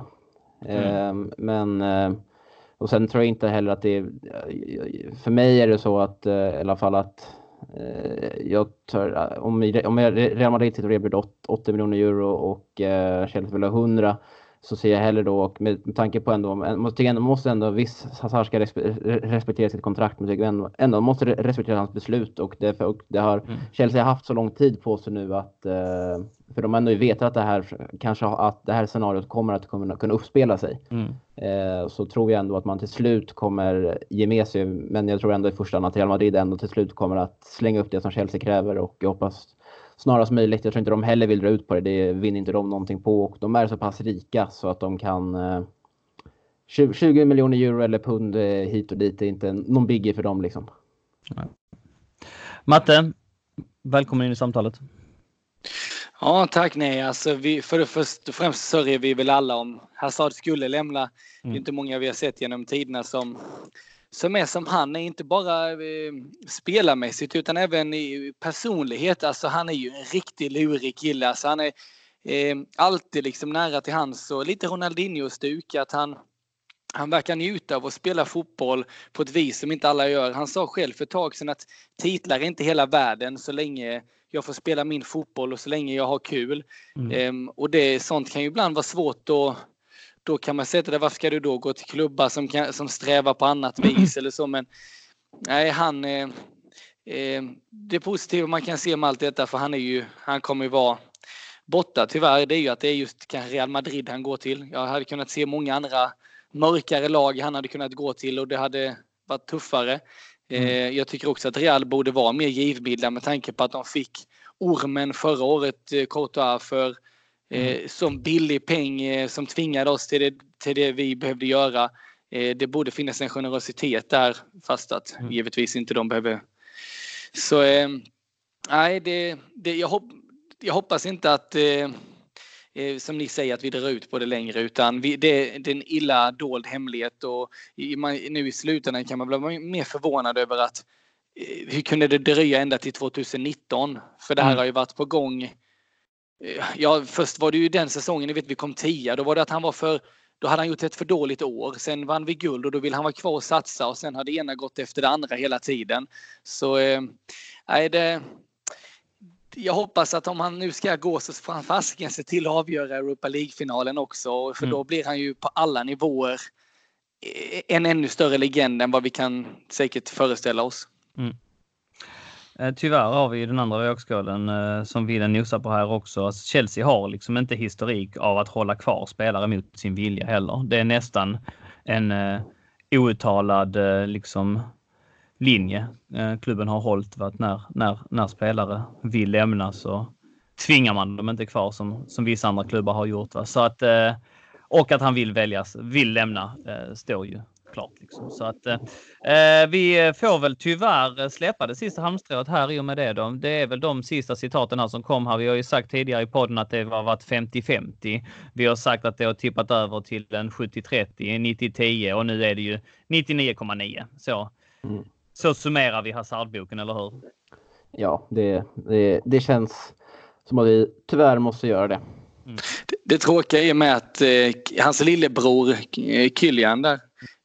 B: Men och sen tror jag inte heller att för mig är det så att i alla fall att om Real Madrid sitter och erbjuder 80 miljoner euro och Chelsea vill ha 100, så ser jag hellre då, och med tanke på ändå, måste ändå viss Hazard ska respektera sitt kontrakt, men tycker ändå måste respektera hans beslut, och det har Chelsea haft så lång tid på sig nu att för de ändå vet att det här scenariot kommer att kunna uppspela sig. Så tror jag ändå att man till slut kommer ge med sig, men jag tror ändå i första hand att Real Madrid ändå till slut kommer att slänga upp det som Chelsea kräver, och jag hoppas snarast möjligt. Jag tror inte de heller vill dra ut på det. Det vinner inte de någonting på. Och de är så pass rika så att de kan 20 miljoner euro eller pund hit och dit är inte någon biggie för dem liksom.
A: Matte, välkommen in i samtalet.
C: Ja, tack. Nej, alltså först och främst sörjer vi väl alla om Hazard skulle lämna. Det är inte många vi har sett genom tiderna som är som han är, inte bara spelarmässigt utan även i personlighet. Alltså han är ju en riktigt lurig kille. Alltså han är alltid liksom nära till hands, och lite Ronaldinho-stuk, att han verkar njuta av att spela fotboll på ett vis som inte alla gör. Han sa själv för ett tag sedan att titlar är inte hela världen så länge jag får spela min fotboll och så länge jag har kul. Och sånt kan ju ibland vara svårt, och då kan man säga det, varför ska du då gå till klubbar som strävar på annat vis eller så, men nej, det positiva man kan se med allt detta, för han kommer ju vara borta tyvärr, det är ju att det är just kanske Real Madrid han går till. Jag hade kunnat se många andra mörkare lag han hade kunnat gå till, och det hade varit tuffare. Jag tycker också att Real borde vara mer givmilda med tanke på att de fick ormen förra året, Courtois, för som billig peng som tvingade oss till det vi behövde göra. Det borde finnas en generositet där, fast att givetvis inte de behöver. Så nej, jag hoppas inte att som ni säger att vi drar ut på det längre, utan det är en illa dold hemlighet, och nu i slutändan kan man bli mer förvånad över att hur kunde det dröja ända till 2019, för det här har ju varit på gång. Ja, först var det ju den säsongen, vi kom 10, då var det att då hade han gjort ett för dåligt år. Sen vann vi guld och då ville han vara kvar och satsa, och sen har det ena gått efter det andra hela tiden. Så jag hoppas att om han nu ska gå så får han fasiken se till att avgöra Europa League-finalen också, för då blir han ju på alla nivåer en ännu större legend än vad vi kan säkert föreställa oss.
A: Tyvärr har vi ju den andra vågskålen som vi nosar på här också. Alltså Chelsea har liksom inte historik av att hålla kvar spelare mot sin vilja heller. Det är nästan en outtalad liksom linje klubben har hållit, att när spelare vill lämna så tvingar man dem inte kvar som vissa andra klubbar har gjort. Va? Så att, och att han vill lämna står ju klart. Liksom. Så att vi får väl tyvärr släppa det sista halmstrået här i och med det. Då. Det är väl de sista citaten här som kom här. Vi har ju sagt tidigare i podden att det har varit 50-50. Vi har sagt att det har tippat över till en 70-30, 90-10 och nu är det ju 99,9. Så summerar vi Hazardboken, eller hur?
B: Ja, det känns som att vi tyvärr måste göra det.
C: Det tråkiga är med att hans lillebror Kylian där,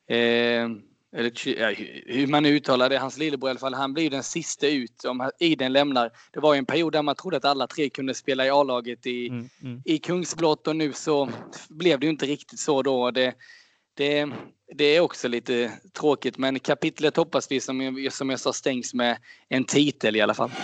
C: eller hur man uttalar det, hans lillebror i alla fall, han blir den sista ut om Iden lämnar. Det var ju en period där man trodde att alla tre kunde spela i A-laget i Kungsblott, och nu så blev det ju inte riktigt så då. Det är också lite tråkigt, men kapitlet hoppas vi som jag sa stängs med en titel i alla fall.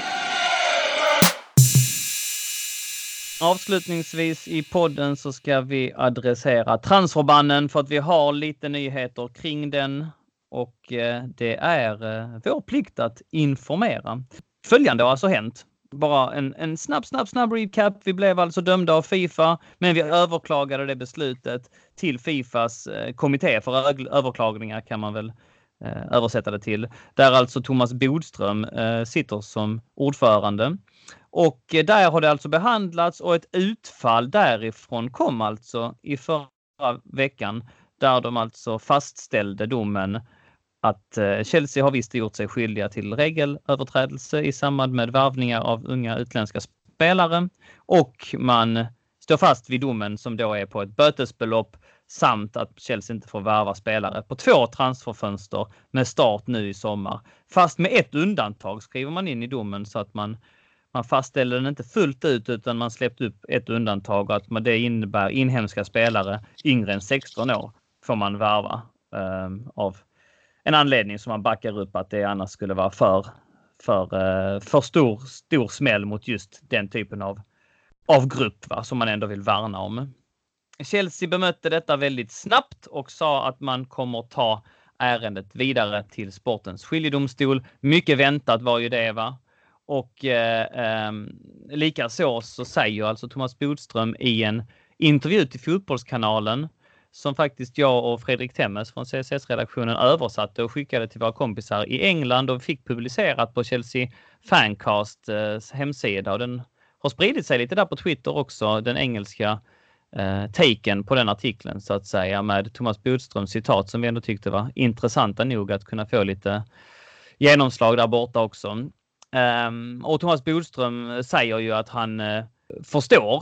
A: Avslutningsvis i podden så ska vi adressera transferbannen, för att vi har lite nyheter kring den, och det är vår plikt att informera. Följande har alltså hänt. Bara en snabb recap. Vi blev alltså dömda av FIFA, men vi överklagade det beslutet till FIFAs kommitté för överklagningar, kan man väl översätta det till. Där alltså Thomas Bodström sitter som ordförande. Och där har det alltså behandlats, och ett utfall därifrån kom alltså i förra veckan, där de alltså fastställde domen att Chelsea har visst gjort sig skyldiga till regelöverträdelse i samband med värvningar av unga utländska spelare, och man står fast vid domen som då är på ett bötesbelopp, samt att Chelsea inte får värva spelare på 2 transferfönster med start nu i sommar. Fast med ett undantag skriver man in i domen, så att man man fastställde den inte fullt ut utan man släppte upp ett undantag, att det innebär inhemska spelare yngre än 16 år får man värva av en anledning som man backar upp att det annars skulle vara för stor smäll mot just den typen av grupp som man ändå vill värna om. Chelsea bemötte detta väldigt snabbt och sa att man kommer ta ärendet vidare till sportens skiljedomstol. Mycket väntat var ju det, va? Och likaså så säger alltså Thomas Bodström i en intervju till Fotbollskanalen, som faktiskt jag och Fredrik Temmes från CSS-redaktionen översatte och skickade till våra kompisar i England och fick publicerat på Chelsea Fancast hemsida, och den har spridit sig lite där på Twitter också, den engelska taken på den artikeln så att säga, med Thomas Bodströms citat som vi ändå tyckte var intressanta nog att kunna få lite genomslag där borta också. Och Thomas Bodström säger ju att han förstår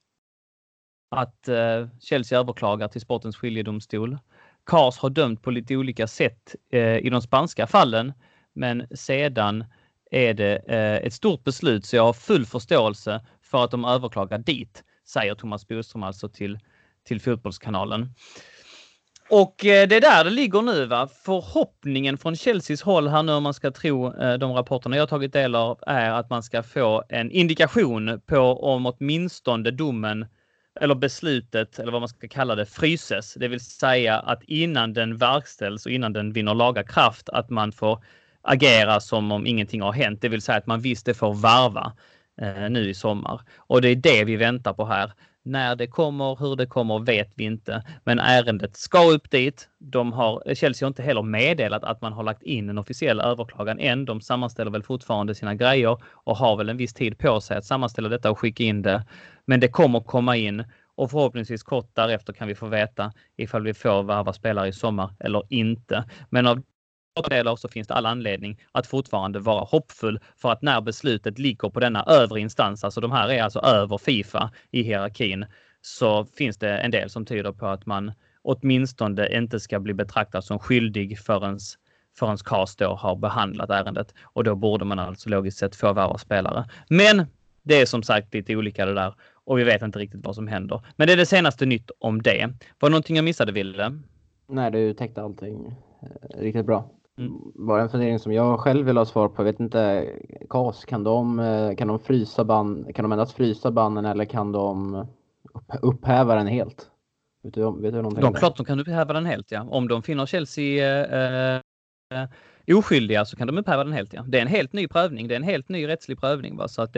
A: att Chelsea överklagar till sportens skiljedomstol. CAS har dömt på lite olika sätt i de spanska fallen, men sedan är det ett stort beslut, så jag har full förståelse för att de överklagar dit, säger Thomas Bodström alltså till Fotbollskanalen. Och det är där det ligger nu, va? Förhoppningen från Chelseas håll här nu, om man ska tro de rapporterna jag har tagit del av, är att man ska få en indikation på om åtminstone domen eller beslutet, eller vad man ska kalla det, fryses. Det vill säga att innan den verkställs och innan den vinner laga kraft, att man får agera som om ingenting har hänt. Det vill säga att man visst det får varva nu i sommar. Och det är det vi väntar på här. När det kommer, hur det kommer vet vi inte. Men ärendet ska upp dit. Chelsea har inte heller meddelat att man har lagt in en officiell överklagan än. De sammanställer väl fortfarande sina grejer och har väl en viss tid på sig att sammanställa detta och skicka in det. Men det kommer komma in, och förhoppningsvis kort därefter kan vi få veta ifall vi får värva spelare i sommar eller inte. Men av delar så finns det all anledning att fortfarande vara hoppfull, för att när beslutet ligger på denna övre instans, alltså de här är alltså över FIFA i hierarkin, så finns det en del som tyder på att man åtminstone inte ska bli betraktad som skyldig förrän CAS då har behandlat ärendet, och då borde man alltså logiskt sett få värva spelare. Men det är som sagt lite olika det där, och vi vet inte riktigt vad som händer. Men det är det senaste nytt om det. Var det någonting jag missade, Ville?
B: Nej, du täckte allting riktigt bra. Var en fundering som jag själv vill ha svar på. Jag vet inte, CAS, kan de frysa band, kan de endast frysa banden, eller kan de upphäva den helt? Vet du någonting?
A: Klart de kan upphäva den helt, ja. Om de finner Chelsea oskyldiga så kan de upphäva den helt, ja. Det är en helt ny prövning, det är en helt ny rättslig prövning, va? Så att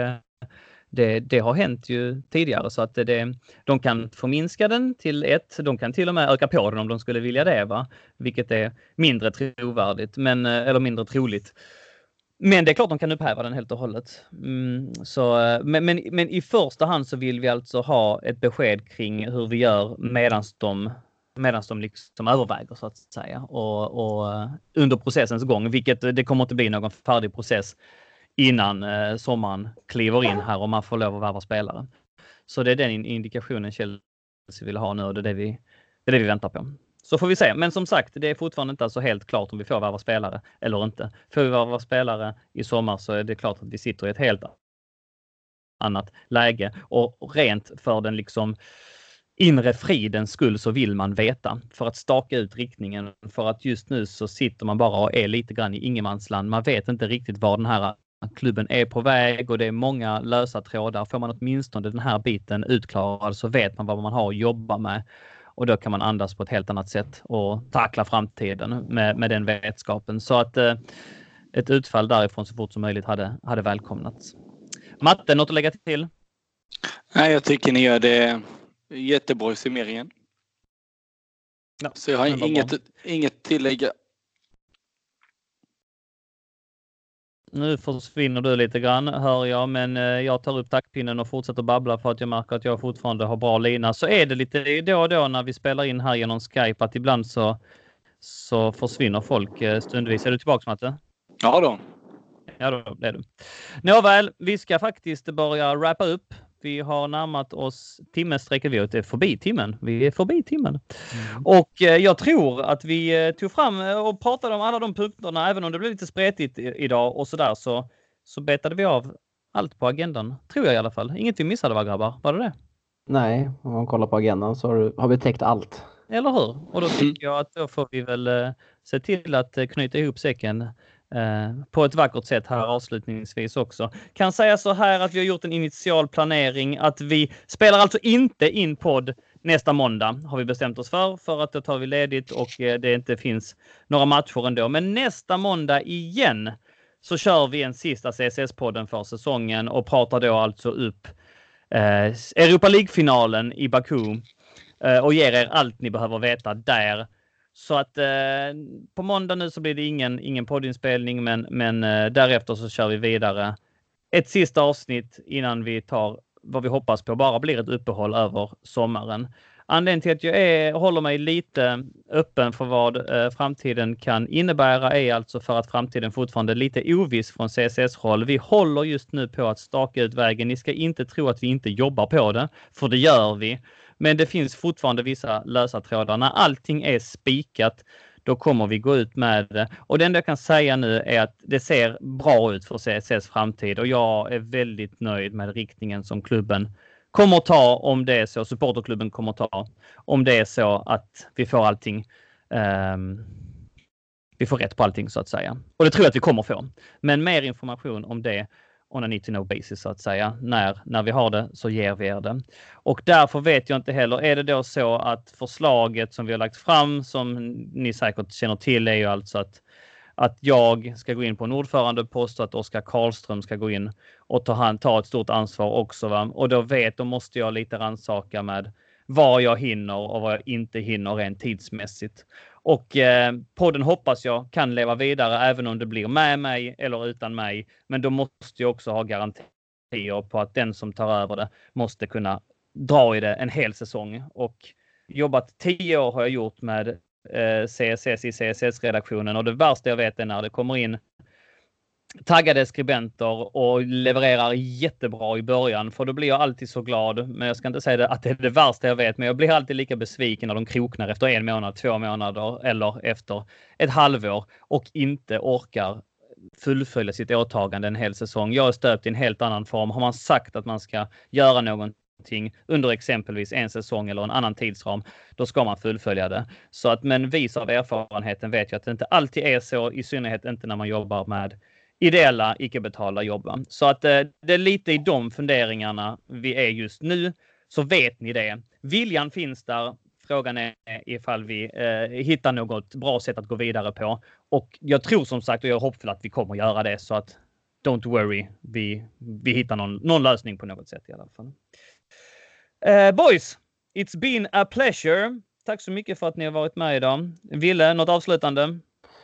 A: det har hänt ju tidigare, så att de kan förminska den till 1. De kan till och med öka på den om de skulle vilja det, va? Vilket är mindre trovärdigt, eller mindre troligt. Men det är klart de kan upphäva den helt och hållet. Men i första hand så vill vi alltså ha ett besked kring hur vi gör medan de liksom överväger, så att säga. Och under processens gång, vilket det kommer inte bli någon färdig process innan sommaren kliver in här och man får lov att värva spelare. Så det är den indikationen Chelsea vill ha nu, och det är det vi väntar på. Så får vi se. Men som sagt, det är fortfarande inte så helt klart om vi får värva spelare eller inte. Får vi värva spelare i sommar så är det klart att vi sitter i ett helt annat läge. Och rent för den liksom inre fridens skull så vill man veta, för att staka ut riktningen. För att just nu så sitter man bara och är lite grann i ingenmansland. Man vet inte riktigt var den här klubben är på väg, och det är många lösa trådar. Får man åtminstone den här biten utklarad så vet man vad man har att jobba med. Och då kan man andas på ett helt annat sätt och tackla framtiden med den vetskapen. Så att ett utfall därifrån så fort som möjligt hade välkomnats. Matte, något att lägga till?
C: Nej, jag tycker ni gör det jättebra i summeringen. Ja, så jag har inget tillägga.
A: Nu försvinner du lite grann, hör jag, men jag tar upp taktpinnen och fortsätter babbla för att jag märker att jag fortfarande har bra lina. Så är det lite då och då när vi spelar in här genom Skype att ibland så försvinner folk stundvis. Är du tillbaka, Matte?
C: Ja då.
A: Ja då, det är du. Nåväl, vi ska faktiskt börja wrappa upp. Vi har närmat oss timmesträcket. Vi är förbi timmen. Och jag tror att vi tog fram och pratade om alla de punkterna, även om det blev lite spretigt idag och sådär, så betade vi av allt på agendan. Tror jag i alla fall. Inget vi missade, va, grabbar? Var det det?
B: Nej, om man kollar på agendan så har vi täckt allt.
A: Eller hur? Och då tycker jag att då får vi väl se till att knyta ihop säcken på ett vackert sätt här avslutningsvis också. Kan säga så här att vi har gjort en initial planering att vi spelar alltså inte in podd nästa måndag har vi bestämt oss för att då tar vi ledigt och det inte finns några matcher ändå. Men nästa måndag igen så kör vi en sista CSS-podden för säsongen och pratar då alltså upp Europa League-finalen i Baku och ger er allt ni behöver veta där. Så att på måndag nu så blir det ingen poddinspelning men därefter så kör vi vidare. Ett sista avsnitt innan vi tar vad vi hoppas på bara blir ett uppehåll över sommaren. Anledningen till att jag håller mig lite öppen för vad framtiden kan innebära är alltså för att framtiden fortfarande är lite oviss från CSS-håll. Vi håller just nu på att staka ut vägen. Ni ska inte tro att vi inte jobbar på det, för det gör vi. Men det finns fortfarande vissa lösa trådar. När allting är spikat, då kommer vi gå ut med det. Och det enda jag kan säga nu är att det ser bra ut för CSS framtid. Och jag är väldigt nöjd med riktningen som klubben kommer ta om det är så. Supporterklubben kommer ta om det är så att vi får allting. Vi får rätt på allting så att säga. Och det tror jag att vi kommer få. Men mer information om det on a need to know basis så att säga. När vi har det så ger vi er det. Och därför vet jag inte heller. Är det då så att förslaget som vi har lagt fram som ni säkert känner till är ju alltså att jag ska gå in på en ordförandepost och att Oskar Karlström ska gå in och ta ett stort ansvar också. Va? Och då måste jag lite rannsaka med vad jag hinner och vad jag inte hinner rent tidsmässigt. Och podden hoppas jag kan leva vidare även om det blir med mig eller utan mig. Men då måste jag också ha garantier på att den som tar över det måste kunna dra i det en hel säsong. Och jobbat 10 år har jag gjort med CSS i CSS-redaktionen och det värsta jag vet är när det kommer in taggade skribenter och levererar jättebra i början, för då blir jag alltid så glad. Men jag ska inte säga att det är det värsta jag vet, men jag blir alltid lika besviken när de kroknar efter 1 månad, 2 månader eller efter ett halvår och inte orkar fullfölja sitt åtagande en hel säsong. Jag är stöpt i en helt annan form. Har man sagt att man ska göra någonting under exempelvis en säsong eller en annan tidsram, då ska man fullfölja det. Så att, men vis av erfarenheten vet jag att det inte alltid är så, i synnerhet inte när man jobbar med ideella, icke-betalda jobb. Så att det är lite i de funderingarna vi är just nu, så vet ni det. Viljan finns där. Frågan är ifall vi hittar något bra sätt att gå vidare på. Och jag tror som sagt och jag är hoppfull att vi kommer göra det, så att don't worry, vi hittar någon lösning på något sätt i alla fall. Boys, it's been a pleasure. Tack så mycket för att ni har varit med idag. Ville, något avslutande?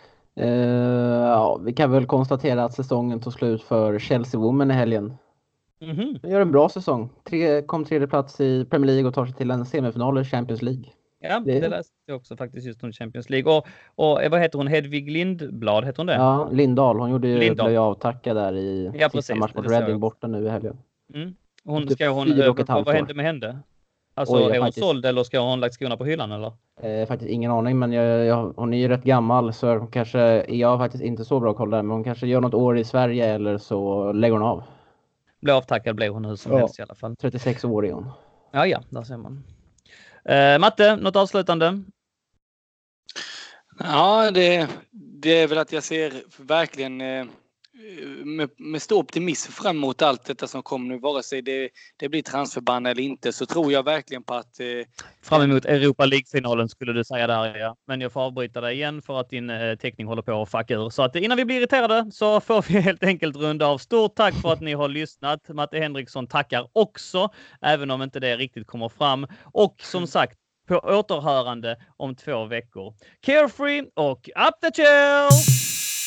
B: Ja, vi kan väl konstatera att säsongen tog slut för Chelsea Women i helgen. De gör en bra säsong. Kom 3:e plats i Premier League och tar sig till en semifinal i Champions League.
A: Ja, det läste jag också faktiskt just om Champions League. Och vad heter hon? Hedvig Lindblad, heter hon det?
B: Ja, Lindahl. Hon gjorde ju avtacka där i sista match mot Reading borta nu i helgen.
A: Vad hände med henne? Alltså, är hon såld eller ska hon lagt skorna på hyllan eller?
B: Faktiskt ingen aning, men hon är ju rätt gammal så hon kanske, jag har faktiskt inte så bra koll där, men hon kanske gör något år i Sverige eller så lägger hon av.
A: Blev avtackad blev hon hur som helst i alla fall.
B: 36 år är hon.
A: Ja, där ser man. Matte, något avslutande?
C: Ja, det är väl att jag ser verkligen med stor optimism fram emot allt detta som kommer nu. Vare sig det blir transferban eller inte, så tror jag verkligen på att...
A: Fram emot Europa League-finalen skulle du säga där, ja. Men jag får avbryta dig igen för att din teckning håller på att fucka ur. Så att innan vi blir irriterade så får vi helt enkelt runda av. Stort tack för att ni har lyssnat. Matte Henriksson tackar också, även om inte det riktigt kommer fram. Och som sagt, på återhörande om 2 veckor. Carefree och up the chill!